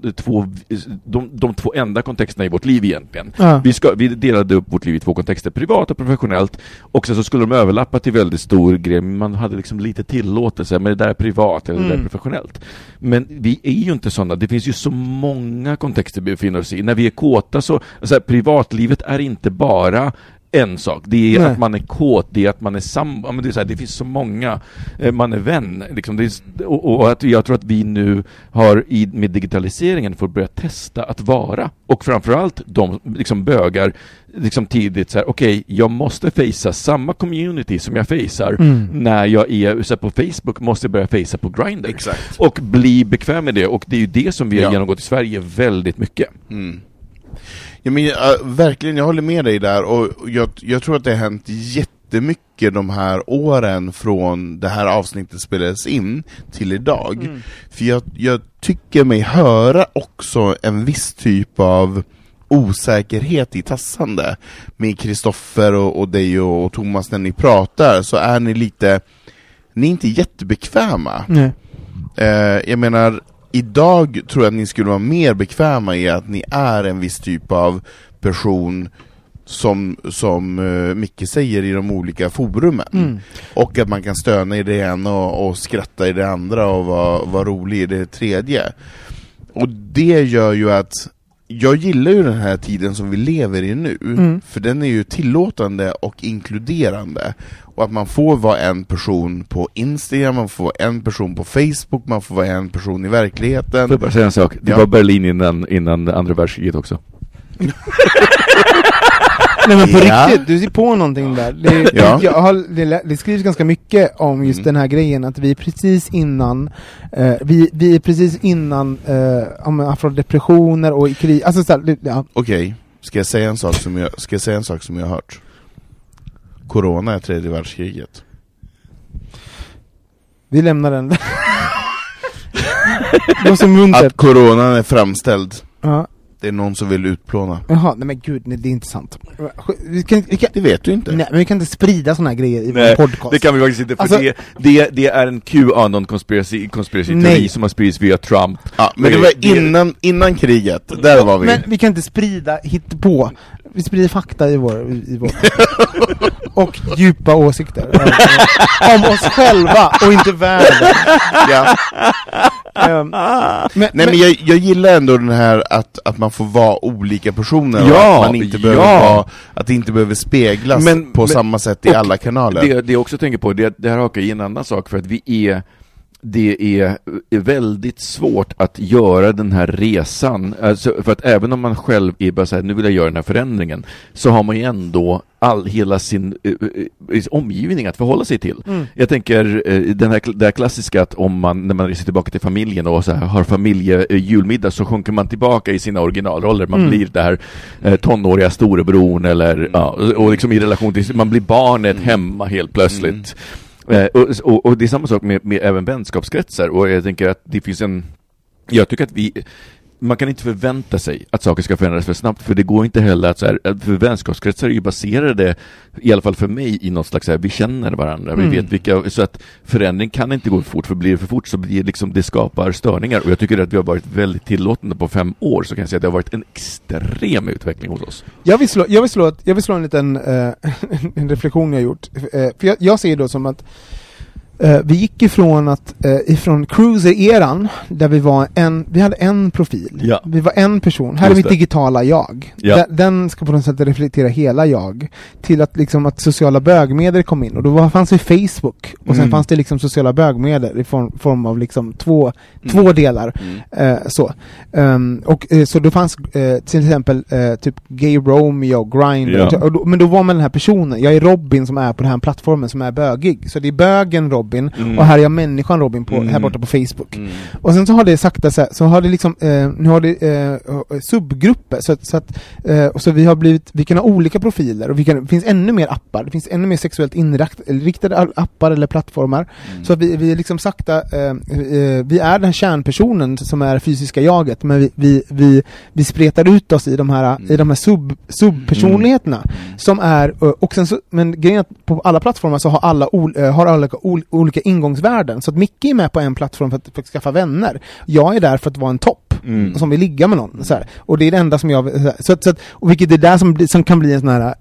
de två enda kontexterna i vårt liv egentligen. Vi delade upp vårt liv i 2 kontexter, privat och professionellt, och så skulle de överlappa till väldigt stor grej, men man hade liksom lite tillåtelse, men det där är privat eller det där är professionellt. Men vi är ju inte sådana. Det finns ju så många kontexter vi befinner oss i. När vi är kåta så här, privatlivet är inte bara en sak. Det är att man är kåt, det är att man är sambo, men det är så här, det finns så många, man är vän liksom, och att jag tror att vi nu har med digitaliseringen får börja testa att vara, och framförallt de liksom bögar liksom tidigt så här, okej, jag måste facea samma community som jag facear när jag är så här, på Facebook, måste jag börja facea på Grindr. Exakt. Och bli bekväm med det, och det är ju det som vi har genomgått i Sverige väldigt mycket. Ja, men, verkligen, jag håller med dig där, och jag tror att det har hänt jättemycket de här åren från det här avsnittet spelades in till idag. För jag tycker mig höra också en viss typ av osäkerhet i tassande med Kristoffer och dig och Thomas. När ni pratar så är ni inte jättebekväma. Jag menar, idag tror jag att ni skulle vara mer bekväma i att ni är en viss typ av person som Micke säger i de olika forumen. Och att man kan stöna i det ena och skratta i det andra och vara rolig i det tredje. Och det gör ju att jag gillar ju den här tiden som vi lever i nu, för den är ju tillåtande och inkluderande. Och att man får vara en person på Instagram, man får vara en person på Facebook, man får vara en person i verkligheten. Får jag bara säga en sak? Det var Berlin innan andra världskriget också. Nej, men på riktigt, du ser på någonting där. Det skrivs ganska mycket om just den här grejen, att vi är precis innan vi är precis innan afrodepressioner och krig. Alltså, Okej, ska jag säga en sak som jag har hört? Corona är 3:e världskriget. Vi lämnar den. Att coronan är framställd. Ja. Det är någon som vill utplåna. Jaha, nej men gud, nej, det är inte sant. Det vet du inte. Nej, men vi kan inte sprida såna här grejer i vår podcast. Det kan vi faktiskt inte, för alltså, det är en QAnon-konspiracy-teori som har spridits via Trump. Ja, men det var innan kriget, där var vi. Men vi kan inte sprida hittepå. Vi sprider fakta i vår och djupa åsikter om oss själva och inte världen. Ja. Men jag gillar ändå den här att man får vara olika personer, och att man inte behöver att det inte behöver speglas på samma sätt i alla kanaler. Det jag också tänker på, det här hakar i en annan sak, för att det är väldigt svårt att göra den här resan, alltså, för att även om man själv är bara så här, nu vill jag göra den här förändringen, så har man ju ändå hela sin omgivning att förhålla sig till. Jag tänker det här klassiska, att när man reser tillbaka till familjen och så här, har familjejulmiddag, så sjunker man tillbaka i sina originalroller. Man blir det här tonåriga storebror, eller och liksom i relation till, man blir barnet hemma helt plötsligt. Och det är samma sak med även vänskapskretsar, och jag tänker att det finns jag tycker att man kan inte förvänta sig att saker ska förändras för snabbt, för det går inte heller att så här, för vänskapskretsar är ju baserade, i alla fall för mig, i något slags så här, vi känner varandra, vi vet vilka, så att förändring kan inte gå för fort, för blir det för fort så blir liksom, det skapar störningar, och jag tycker att vi har varit väldigt tillåtande på 5 år, så kan jag säga att det har varit en extrem utveckling hos oss. Jag vill slå en liten en reflektion jag har gjort, för jag ser då som att Vi gick ifrån cruiser-eran där vi hade en profil. Ja. Vi var en person. Här är mitt digitala jag. Ja. Den ska på något sätt reflektera hela jag. Till att liksom att sociala bögmedier kom in. Och då fanns det Facebook. Och sen fanns det liksom sociala bögmedier i form av liksom två delar. Så då fanns till exempel typ Gay Romeo, Grindr. Ja. Men då var man den här personen. Jag är Robin som är på den här plattformen som är bögig. Så det är bögen Robin och här är jag människan Robin här borta på Facebook. Och sen så har det sakta så har det liksom nu har det subgrupper så vi kan ha olika profiler och det finns ännu mer appar. Det finns ännu mer sexuellt inriktade appar eller plattformar. Så att vi är liksom sakta vi är den här kärnpersonen som är fysiska jaget, men vi spretar ut oss i de här subpersonligheterna som är och sen så, men grejen är att på alla plattformar så har alla olika ingångsvärden. Så att Micke är med på en plattform för att skaffa vänner. Jag är där för att vara en topp som vill ligga med någon så här. Och det är det enda som jag så och vilket är där som kan bli en sån här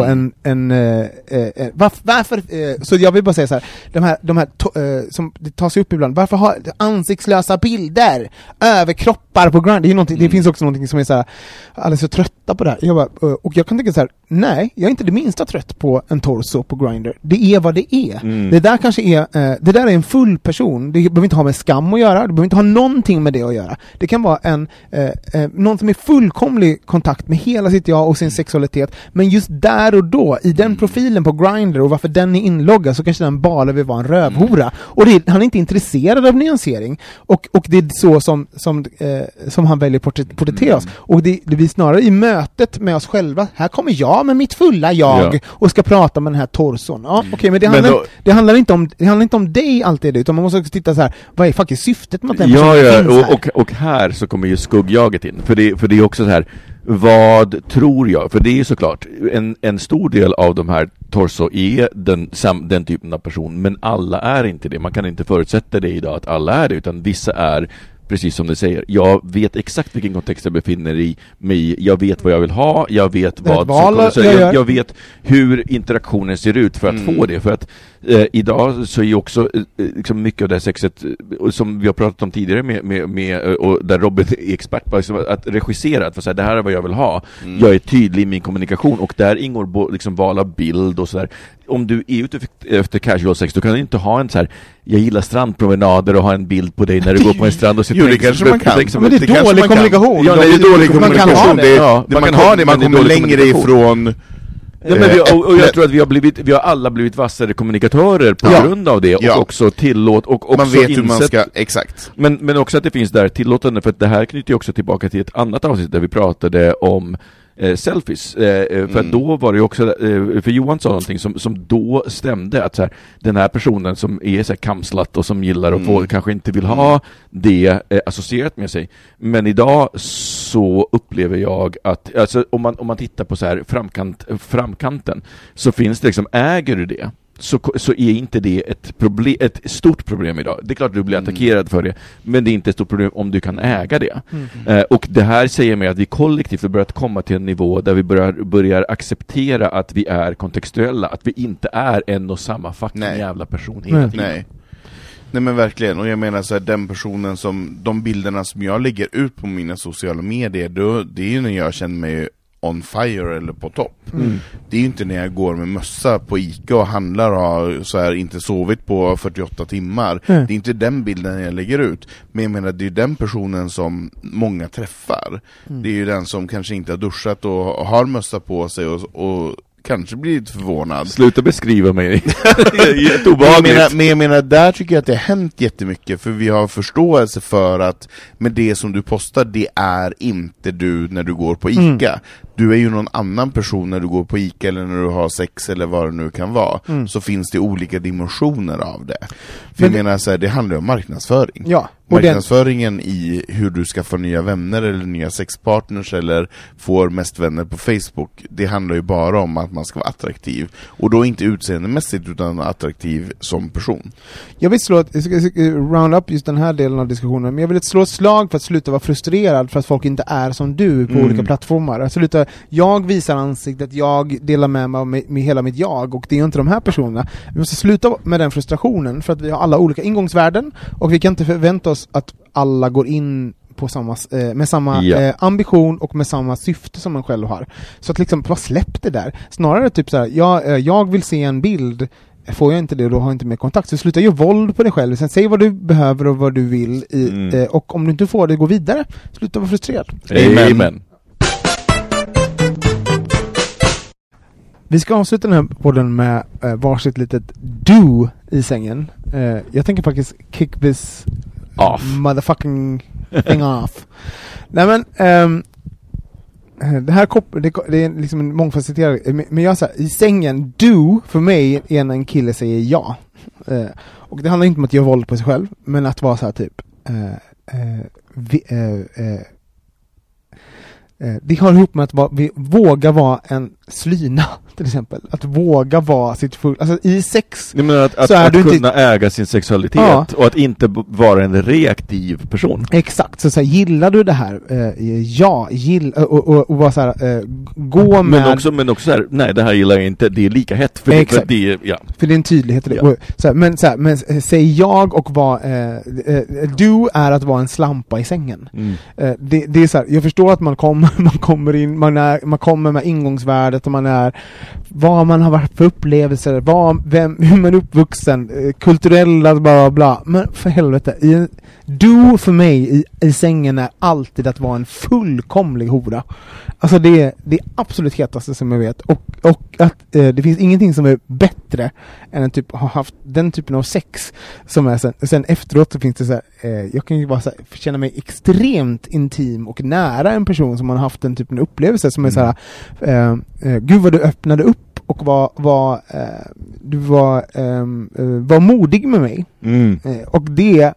varför så jag vill bara säga så här, de här som det tar sig upp ibland. Varför har ansiktslösa bilder, överkroppar på Grindr? Det är ju någonting, det finns också någonting som är så här, alla är så trötta på det här. Och jag kan tänka så här, nej, jag är inte det minsta trött på en torso på Grindr. Det är vad det är. Det där kanske är det där är en full person. Det behöver inte ha med skam att göra. Det behöver inte ha någonting med det att göra. Det kan vara någon som är fullkomlig kontakt med hela sitt jag och sin sexualitet, men just där och då i den profilen på Grindr och varför den är inloggad så kanske den bara vill vara en rövhora. Och han är inte intresserad av nyansering och det är så som han väljer porträttera oss. Och det blir snarare i mötet med oss själva. Här kommer jag med mitt fulla jag och ska prata med den här torson. Ja, okej, men det handlar inte om dig alltid, utan man måste också titta så här, vad är faktiskt syftet med att den personen finns här? Och här så kommer ju skuggjaget in. För det är också så här, vad tror jag? För det är ju såklart en stor del av de här torso är den typen av person, men alla är inte det. Man kan inte förutsätta det idag att alla är det, utan vissa är precis som du säger. Jag vet exakt vilken kontext jag befinner mig i. Jag vet vad jag vill ha. Jag vet jag vet hur interaktionen ser ut för att få det. För att idag så är ju också liksom mycket av det sexet som vi har pratat om tidigare med och där Robin är expert på liksom, att regissera, att säga, det här är vad jag vill ha. Jag är tydlig i min kommunikation och där ingår liksom val av bild och sådär. Om du är ute efter casual sex, då kan du inte ha en så här, jag gillar strandpromenader och ha en bild på dig när du går på en strand och jo, det kanske man kan. Men det är dålig kommunikation. Ja, det är dålig kommunikation. Man kan ha det, man kommer längre ifrån. Ja, men jag tror att vi har alla blivit vassare kommunikatörer på grund av det och också tillåt och också man vet hur man ska, exakt. Men också att det finns där tillåtande, för att det här knyter ju också tillbaka till ett annat avsnitt där vi pratade om selfies, för att då var det ju också för Johan sa någonting som då stämde, att så här, den här personen som är så här kamslat och som gillar att få, kanske inte vill ha det associerat med sig, men idag så upplever jag att alltså, om man tittar på så här framkanten så finns det liksom, äger du det så är inte det ett stort problem idag. Det är klart att du blir attackerad för det, men det är inte ett stort problem om du kan äga det. Och det här säger mig att vi kollektivt har börjat komma till en nivå där vi börjar acceptera att vi är kontextuella, att vi inte är en och samma fucking jävla person hela tiden. Nej men verkligen, och jag menar så här, den personen som, de bilderna som jag lägger ut på mina sociala medier, det är ju när jag känner mig on fire eller på topp. Det är ju inte när jag går med mössa på Ica och handlar och har så här inte sovit på 48 timmar. Det är inte den bilden jag lägger ut. Men jag menar, det är den personen som många träffar. Det är ju den som kanske inte har duschat och har mössa på sig och kanske blir lite förvånad. Sluta beskriva mig. Men jag menar, där tycker jag att det har hänt jättemycket, för vi har förståelse för att med det som du postar, det är inte du när du går på Ica. Du är ju någon annan person när du går på Ica eller när du har sex eller vad det nu kan vara. Så finns det olika dimensioner av det. För jag menar så här, det handlar om marknadsföring. Ja, marknadsföringen i hur du skaffar nya vänner eller nya sexpartners eller får mest vänner på Facebook, det handlar ju bara om att man ska vara attraktiv. Och då inte utseendemässigt utan attraktiv som person. Jag vill jag ska round up just den här delen av diskussionen, men jag vill slå ett slag för att sluta vara frustrerad för att folk inte är som du på olika plattformar. Alltså, jag visar ansiktet, jag delar med mig med hela mitt jag, och det är inte de här personerna. Vi måste sluta med den frustrationen för att vi har alla olika ingångsvärden och vi kan inte förvänta oss att alla går in på med samma ambition och med samma syfte som man själv har. Så att liksom, bara släpp det där. Snarare typ så här, jag vill se en bild, får jag inte det, då har jag inte mer kontakt. Så sluta göra våld på dig själv. Sen säg vad du behöver och vad du vill och om du inte får det, gå vidare. Sluta vara frustrerad. Amen. Vi ska avsluta den här podden med varsitt litet do i sängen. Jag tänker faktiskt kick this motherfucking thing off. Nej men det här det är liksom en mångfacetterad, men jag säger i sängen, do för mig är när en kille säger ja. Och det handlar inte om att göra våld på sig själv, men att vara så här typ det har ihop med att våga vara en slyna till exempel. Att våga vara sitt full... Alltså i sex... Jag menar att du kunna äga sin sexualitet och att inte vara en reaktiv person. Exakt. Så här, gillar du det här? Och vara så här, gå med... Men också så här, nej det här gillar jag inte. Det är lika hett. För det är en tydlighet. Ja. Men säg jag och du är att vara en slampa i sängen. Det är så här, jag förstår att man kommer in, man kommer med ingångsvärdet och man är vad man har varit för upplevelser, hur man är uppvuxen, kulturella bla bla. Men för helvete, du för mig i sängen är alltid att vara en fullkomlig hora. Alltså det är det absolut hetaste som jag vet. Och att det finns ingenting som är bättre än att typ ha haft den typen av sex som är sen efteråt så finns det så här, jag kan ju bara så här, känna mig extremt intim och nära en person som man har haft den typen av upplevelse som är så här, gud vad du öppnade upp och du var modig med mig. Och det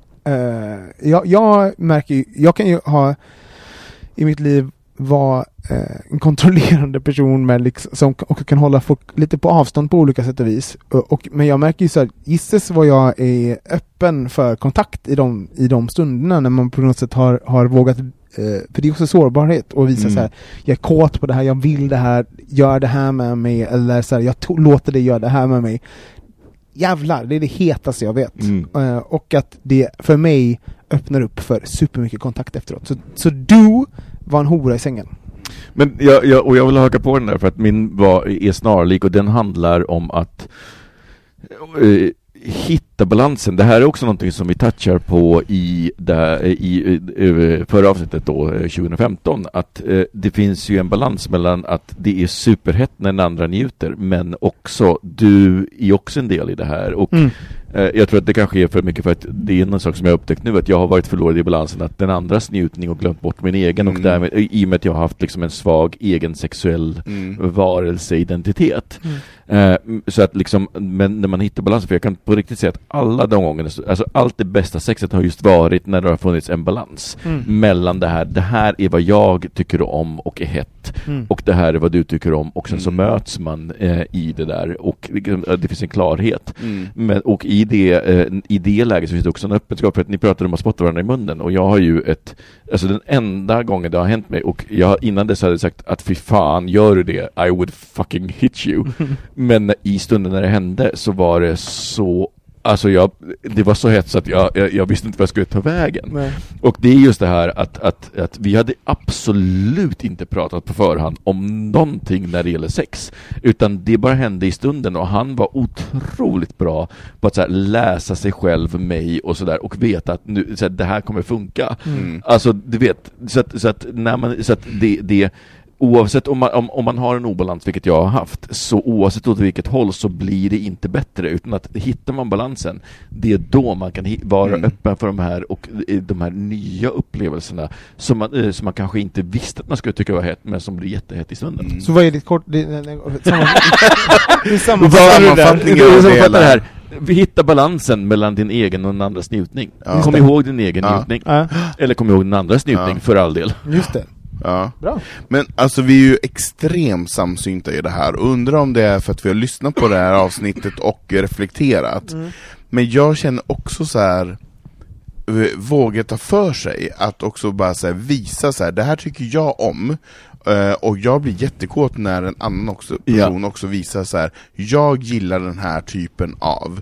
jag märker, jag kan ju ha i mitt liv vara en kontrollerande person med liksom, som också kan hålla folk lite på avstånd på olika sätt och vis. Men jag märker ju så här, gissas vad jag är öppen för kontakt i de stunderna när man på något sätt har vågat, för det är också sårbarhet och visa så här, jag är kåt på det här, jag vill det här, gör det här med mig, eller så här, jag låter dig göra det här med mig. Jävlar, det är det hetaste jag vet. Och att det för mig öppnar upp för supermycket kontakt efteråt. Så du var en hora i sängen. Men jag vill haka på den där för att min är snarlik och den handlar om att hitta balansen. Det här är också någonting som vi touchar på i förra avsnittet då, 2015, att det finns ju en balans mellan att det är superhett när den andra njuter, men också du är också en del i det här och jag tror att det kanske är för mycket för att det är en sak som jag har upptäckt nu, att jag har varit förlorad i balansen, att den andras njutning och glömt bort min egen och därmed, i och med att jag har haft liksom en svag egen sexuell varelseidentitet. Så att liksom, men när man hittar balansen, för jag kan på riktigt säga att alla de gångerna, alltså allt det bästa sexet har just varit när det har funnits en balans mellan det här är vad jag tycker om och är hett och det här är vad du tycker om och sen så möts man i det där och det finns en klarhet. Och i det läget så finns det också en öppenskap, för att ni pratade om att spotta varandra i munnen och jag har ju alltså den enda gången det har hänt mig, och jag innan dess hade sagt att fy fan, gör du det, I would fucking hit you. Men i stunden när det hände så var det så, alltså det var så hett så att jag visste inte vad jag skulle ta vägen. Nej. Och det är just det här att vi hade absolut inte pratat på förhand om någonting när det gäller sex, utan det bara hände i stunden och han var otroligt bra på att så här, läsa sig själv, mig och sådär, och veta att nu, så här, det här kommer funka. Alltså du vet, så att när man, så att det oavsett om man har en obalans, vilket jag har haft, så oavsett åt vilket håll så blir det inte bättre, utan att hittar man balansen, det är då man kan vara öppen för de här och de här nya upplevelserna som man kanske inte visste att man skulle tycka var hett, men som blir jättehett i stunden. Så vad är ditt kort? Sammanfattningen av det här. Vi hittar balansen mellan din egen och den andras njutning. Ja. Kom ihåg din egen njutning. Ja. Eller kom ihåg den andras njutning, för all del. Just det. Ja. Bra. Men alltså vi är ju extremt samsynta i det här. Undrar om det är för att vi har lyssnat på det här avsnittet och reflekterat. Men jag känner också så här, våga ta för sig att också bara så här, visa så här, det här tycker jag om. Och jag blir jättekåt när en annan person också visar så här, jag gillar den här typen av.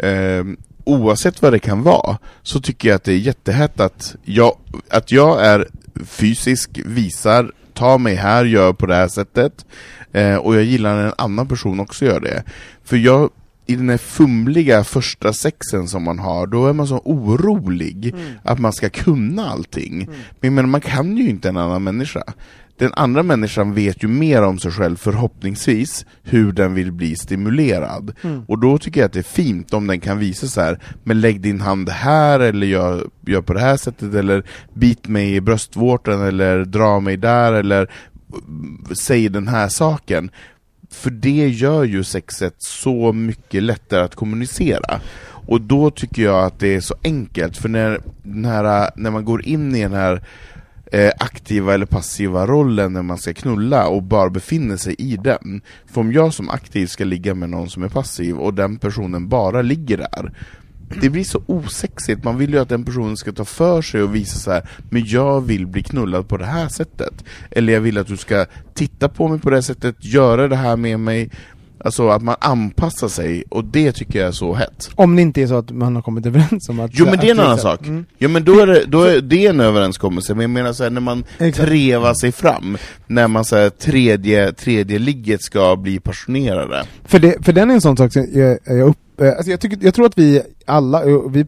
Oavsett vad det kan vara, så tycker jag att det är jättehett att jag är fysisk, visar, ta mig här, gör på det här sättet. Och jag gillar när en annan person också gör det. För i den här fumliga första sexen som man har, då är man så orolig att man ska kunna allting. Men man kan ju inte en annan människa. Den andra människan vet ju mer om sig själv, förhoppningsvis, hur den vill bli stimulerad. Och då tycker jag att det är fint om den kan visa så här, men lägg din hand här, eller gör på det här sättet, eller bit mig i bröstvårtan, eller dra mig där, eller säg den här saken. För det gör ju sexet så mycket lättare att kommunicera. Och då tycker jag att det är så enkelt. För när man går in i den här aktiva eller passiva rollen när man ska knulla och bara befinner sig i den. För om jag som aktiv ska ligga med någon som är passiv och den personen bara ligger där, det blir så osexigt. Man vill ju att den personen ska ta för sig och visa så här, men jag vill bli knullad på det här sättet. Eller jag vill att du ska titta på mig på det här sättet, göra det här med mig. Alltså att man anpassar sig, och det tycker jag är så hett. Om det inte är så att man har kommit överens om att... Jo, men det är en annan sak. Jo, men då är det en överenskommelse. Men jag menar så här, när man trevar sig fram, när man så här, tredje ligget ska bli passionerade. För den är en sån sak som alltså jag tror att vi alla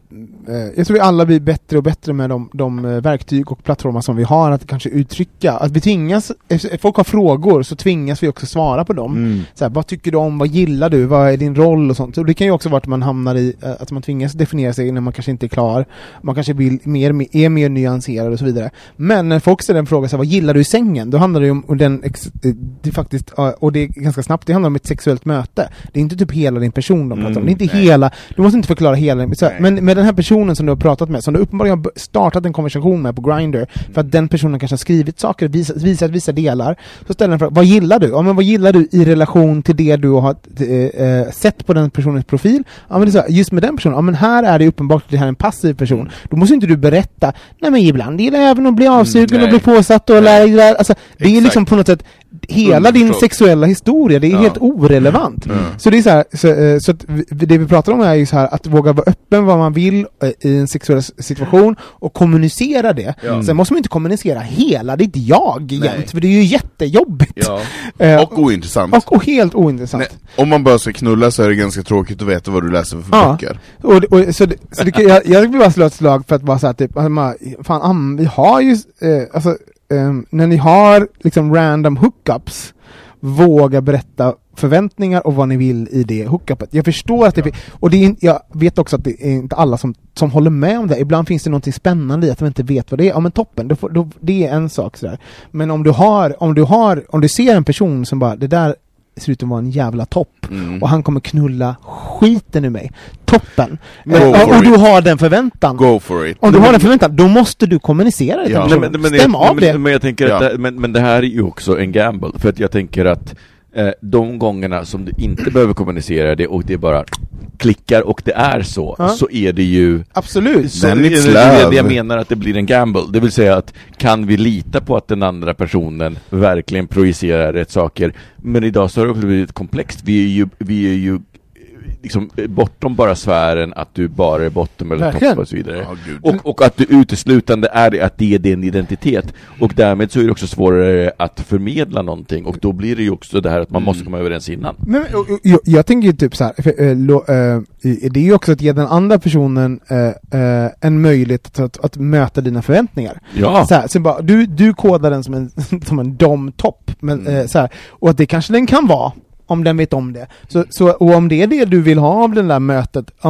blir bättre och bättre med de verktyg och plattformar som vi har att kanske uttrycka. Att vi tvingas, folk har frågor, så tvingas vi också svara på dem. Så här, vad tycker du om, vad gillar du, vad är din roll och sånt. Så det kan ju också vara att man hamnar i att man tvingas definiera sig när man kanske inte är klar. Man kanske är mer nyanserad och så vidare. Men när folk ställer en fråga så här, vad gillar du i sängen? Då handlar det ju om det faktiskt, och det är ganska snabbt, det handlar om ett sexuellt möte. Det är inte typ hela din person de pratar om. Det är inte hela, du måste inte förklara hela. Men med den här personen som du har pratat med, som du uppenbarligen har startat en konversation med på Grindr, för att den personen kanske har skrivit saker, visat vissa delar, så ställer den frågan, vad gillar du? Ja, men vad gillar du i relation till det du har sett på den personens profil? Ja, men det är så, just med den personen, ja, men här är det uppenbart att det här är en passiv person. Då måste inte du berätta, nej men ibland gillar jag även att bli avsugen och bli påsatt och lära. Alltså, det är liksom på något sätt hela din sexuella historia, det är helt orelevant. Så det är så här, så att det vi pratar om är ju så här, att våga vara öppen vad man vill i en sexuell situation och kommunicera det. Sen måste man inte kommunicera hela ditt jag jämt, för det är ju jättejobbigt. Och ointressant. Och helt ointressant. Nej, om man bara ska knulla så är det ganska tråkigt att veta vad du läser för böcker. Så jag vill bara slå ett slag för att bara säga typ, fan, vi har ju när ni har liksom random hookups, våga berätta förväntningar och vad ni vill i det hookupet. Jag förstår att jag vet också att det är inte alla som håller med om det. Ibland finns det något spännande i att de inte vet vad det är. Ja, men toppen, det är en sak sådär. Men om du ser en person som bara, det där ser ut att vara en jävla topp och han kommer knulla skiten ur mig. Toppen. Och du har den förväntan. Go for it. Om du har den förväntan, då måste du kommunicera det. Stäm av det. Men jag tänker att men det här är ju också en gamble, för att jag tänker att de gångerna som du inte behöver kommunicera det och det bara klickar och det är så är det ju absolut. Så det jag menar att det blir en gamble. Det vill säga att kan vi lita på att den andra personen verkligen projicerar rätt saker? Men idag så har det också blivit komplext. Vi är ju liksom bortom bara sfären att du bara är botten eller topp och så vidare. Och att du uteslutande är att det är din identitet. Och därmed så är det också svårare att förmedla någonting. Och då blir det ju också det här att man måste komma överens innan. Men jag tänker ju typ så här, det är ju också att ge den andra personen en möjlighet att möta dina förväntningar. Ja. Så här, så bara, du kodar den som en dom-topp. Men så här, och att det kanske den kan vara, om den vet om det. Och om det är det du vill ha av den där mötet, ja, men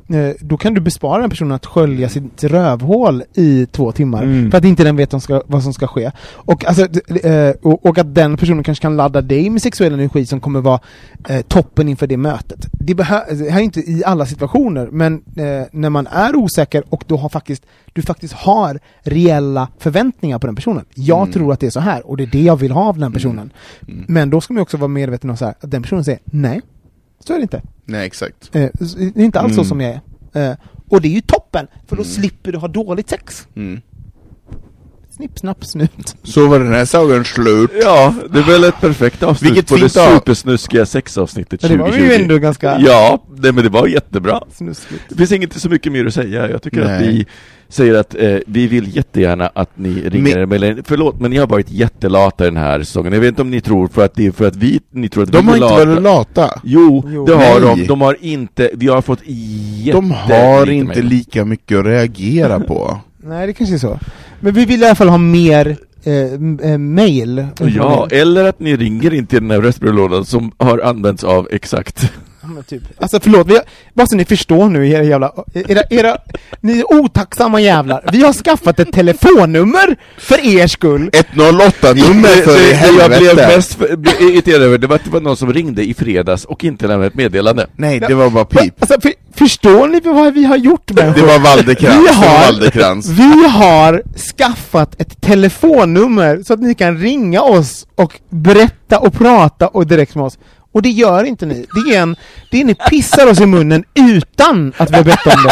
då kan du bespara den personen att skölja sitt rövhål i 2 timmar för att inte den vet vad som ska ske. Och, alltså, och att den personen kanske kan ladda dig med sexuell energi som kommer vara toppen inför det mötet. Det här är inte i alla situationer, men när man är osäker och du faktiskt har reella förväntningar på den personen. Jag tror att det är så här och det är det jag vill ha av den personen. Men då ska man också vara medveten om så här, att den personen säger nej, så är det inte. Nej, exakt. Det är inte alls så som jag är. Och det är ju toppen, för då slipper du ha dåligt sex. Snipp, snapp, snut. Så var den här sagan slut. Ja, det är väl ett perfekt avsnitt. Vilket på det fint av. supersnuskiga sexavsnittet 2020. Det var ju ändå ganska... Ja, men det var jättebra. Snuskigt. Det finns inte så mycket mer att säga. Jag tycker att vi säger att vi vill jättegärna att ni ringer. Förlåt, men ni har varit jättelata den här säsongen. Jag vet inte om ni tror för att det är för att ni tror att de vi har är inte lata. varit lata. Jo, det har Nej. de. De har inte, vi har fått De har inte lika mycket att reagera på. Nej, det kanske är så. Men vi vill i alla fall ha mer mail. Ja, eller att ni ringer in till den här röstbrevlådan som har använts av exakt. Typ. Alltså förlåt, bara så ni förstår nu era jävla ni är otacksamma jävlar. Vi har skaffat ett telefonnummer för er skull. 108-nummer för i helvete. Jag blev mest irriterad över det var någon som ringde i fredags och inte lämnade ett meddelande. Nej, det var bara pip. Alltså, förstår ni vad vi har gjort med Det var Valdekrans. Vi har skaffat ett telefonnummer så att ni kan ringa oss och berätta och prata och direkt med oss. Och det gör inte ni. Det är ni pissar oss i munnen utan att vi har bett om det.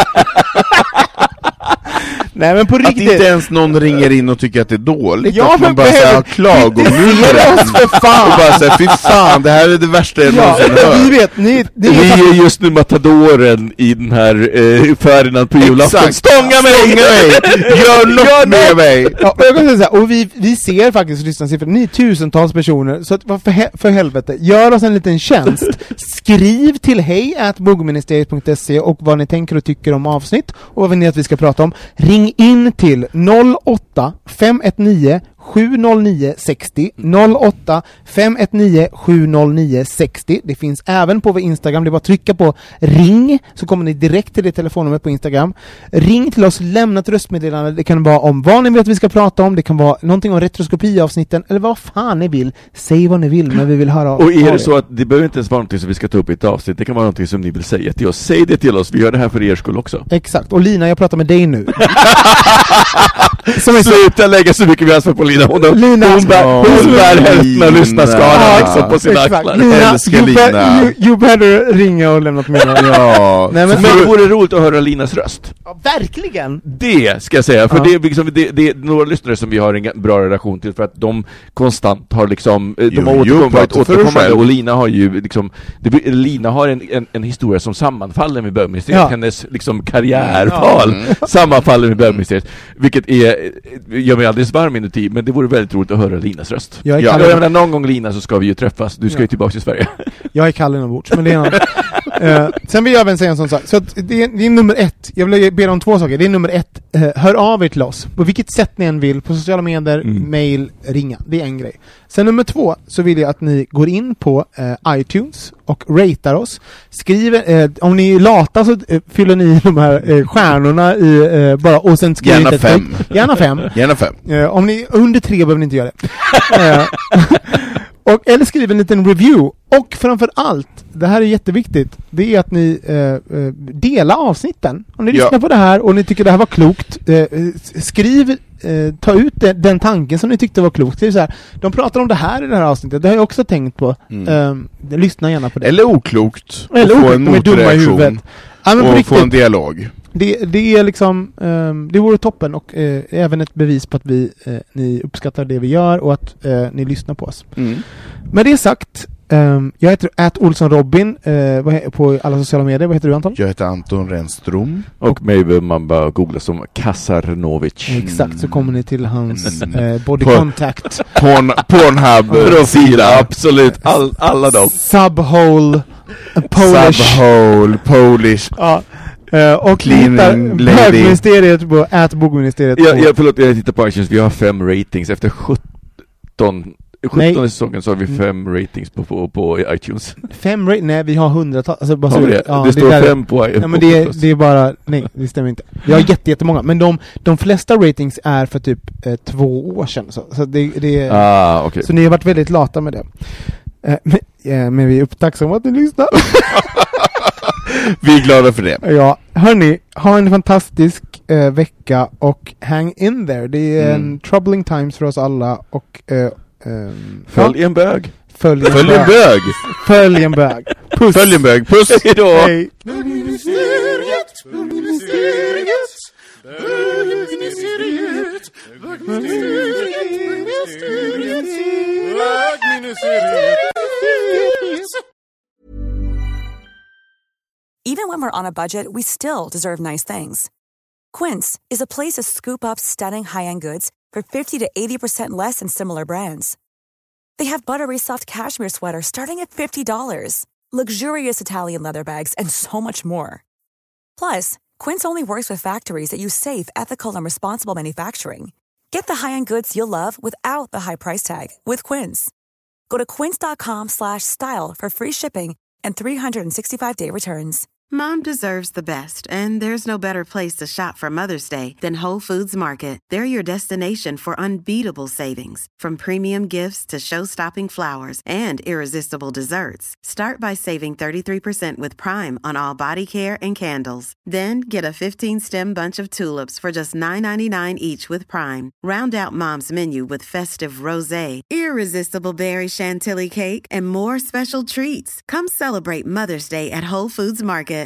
Nej, men på riktigt. Att inte ens någon ringer in och tycker att det är dåligt. Ja, att man bara säger klagomur för fan. och bara säger, fy fan, det här är det värsta jag någonsin hört. Vi vet, vi är just nu matadoren i den här Ferdinand på julafton. Stånga mig! Gör något med mig! Ja, jag kan säga så här, och vi ser faktiskt lyssnarsiffror, ni är tusentals personer, så att, för helvete, gör oss en liten tjänst. Skriv till hej@bogministeriet.se och vad ni tänker och tycker om avsnitt och vad vill ni att vi ska prata om. Ring in till 08 519 709 60 08 519 709 60. Det finns även på vår Instagram. Det är bara att trycka på ring så kommer ni direkt till det telefonnumret på Instagram. Ring till oss, lämna ett röstmeddelande. Det kan vara om vad ni vill att vi ska prata om. Det kan vara någonting om retroskopiavsnitten eller vad fan ni vill. Säg vad ni vill, men vi vill höra. Och är det så att det behöver inte ens vara någonting som vi ska ta upp i ett avsnitt. Det kan vara någonting som ni vill säga till oss. Säg det till oss. Vi gör det här för er skull också. Exakt. Och Lina, jag pratar med dig nu. Sluta lägga så mycket vi ansvar på Lina. Hon bär hälften av lyssnarskaran liksom på sina axlar. Lina, you better ringa och lämna ett meddelande. Ja. Nej, men det vore roligt att höra Linas röst. Ja, verkligen. Det ska jag säga. För det är några lyssnare som vi har en bra relation till för att de konstant har liksom de har återkommande och Lina har ju liksom Lina har en historia som sammanfaller med bögministeriet. Ja. Hennes liksom karriärval sammanfaller med bögministeriet. Vilket gör mig alldeles varm inuti, men det vore väldigt roligt att höra Linas röst. Jag menar, någon gång Lina så ska vi ju träffas. Du ska ju tillbaka till Sverige. Jag är Kalle inombords, men det är något. Sen vill jag även säga en sån sak. Så att det är nummer 1. Jag vill be om 2 saker. Det är nummer 1. Hör av er till oss. På vilket sätt ni än vill. På sociala medier, mail, ringa. Det är en grej. Sen nummer 2 så vill jag att ni går in på iTunes och ratear oss. Skriver, om ni är lata så fyller ni de här stjärnorna i bara och sen skriver gärna 5. Gärna 5. Om ni under 3 behöver ni inte göra det. Eller skriv en liten review. Och framför allt, det här är jätteviktigt, det är att ni delar avsnitten. Om ni lyssnar på det här och ni tycker det här var klokt, skriv, ta ut den tanken som ni tyckte var klokt. Skriv så här, de pratar om det här i det här avsnittet, det har jag också tänkt på. Lyssna gärna på det. Eller oklokt, eller få en motreaktion och få en dialog. Det är liksom det vore toppen och även ett bevis på att ni uppskattar det vi gör och att ni lyssnar på oss. Med det sagt, jag heter @olsonrobin på alla sociala medier. Vad heter du, Anton? Jag heter Anton Renström. Och mig behöver man bara googla som Kasarnovic. Exakt, så kommer ni till hans body contact Pornhub-profil. Absolut, alla dem. Subhole Polish. Ja. Och hittar bögministeriet på @bogministeriet. Förlåt, jag tittar på iTunes. Vi har 5 ratings efter 17 17 säsongen så har vi 5 ratings på iTunes. 5 nej, vi har 100-tal. Alltså, bara det står 5 på iTunes. Ja, men det är bara, nej, det stämmer inte. Vi har jättemånga, men de flesta ratings är för typ 2 år sedan. Så det är, okay. Så ni har varit väldigt lata med det. Men vi är upptacksamma att ni lyssnar. Vi är glada för det. Ja, hörni, ha en fantastisk vecka och hang in there. Det är en troubling times för oss alla och följ en bög. Följ en bög. Följ en bög. Puss. Följ en bög. Puss. Hejdå. Hej. Even when we're on a budget, we still deserve nice things. Quince is a place to scoop up stunning high-end goods for 50 to 80% less than similar brands. They have buttery soft cashmere sweaters starting at $50, luxurious Italian leather bags, and so much more. Plus, Quince only works with factories that use safe, ethical, and responsible manufacturing. Get the high-end goods you'll love without the high price tag with Quince. Go to quince.com/style for free shipping and 365-day returns. Mom deserves the best, and there's no better place to shop for Mother's Day than Whole Foods Market. They're your destination for unbeatable savings, from premium gifts to show-stopping flowers and irresistible desserts. Start by saving 33% with Prime on all body care and candles. Then get a 15-stem bunch of tulips for just $9.99 each with Prime. Round out Mom's menu with festive rosé, irresistible berry chantilly cake, and more special treats. Come celebrate Mother's Day at Whole Foods Market.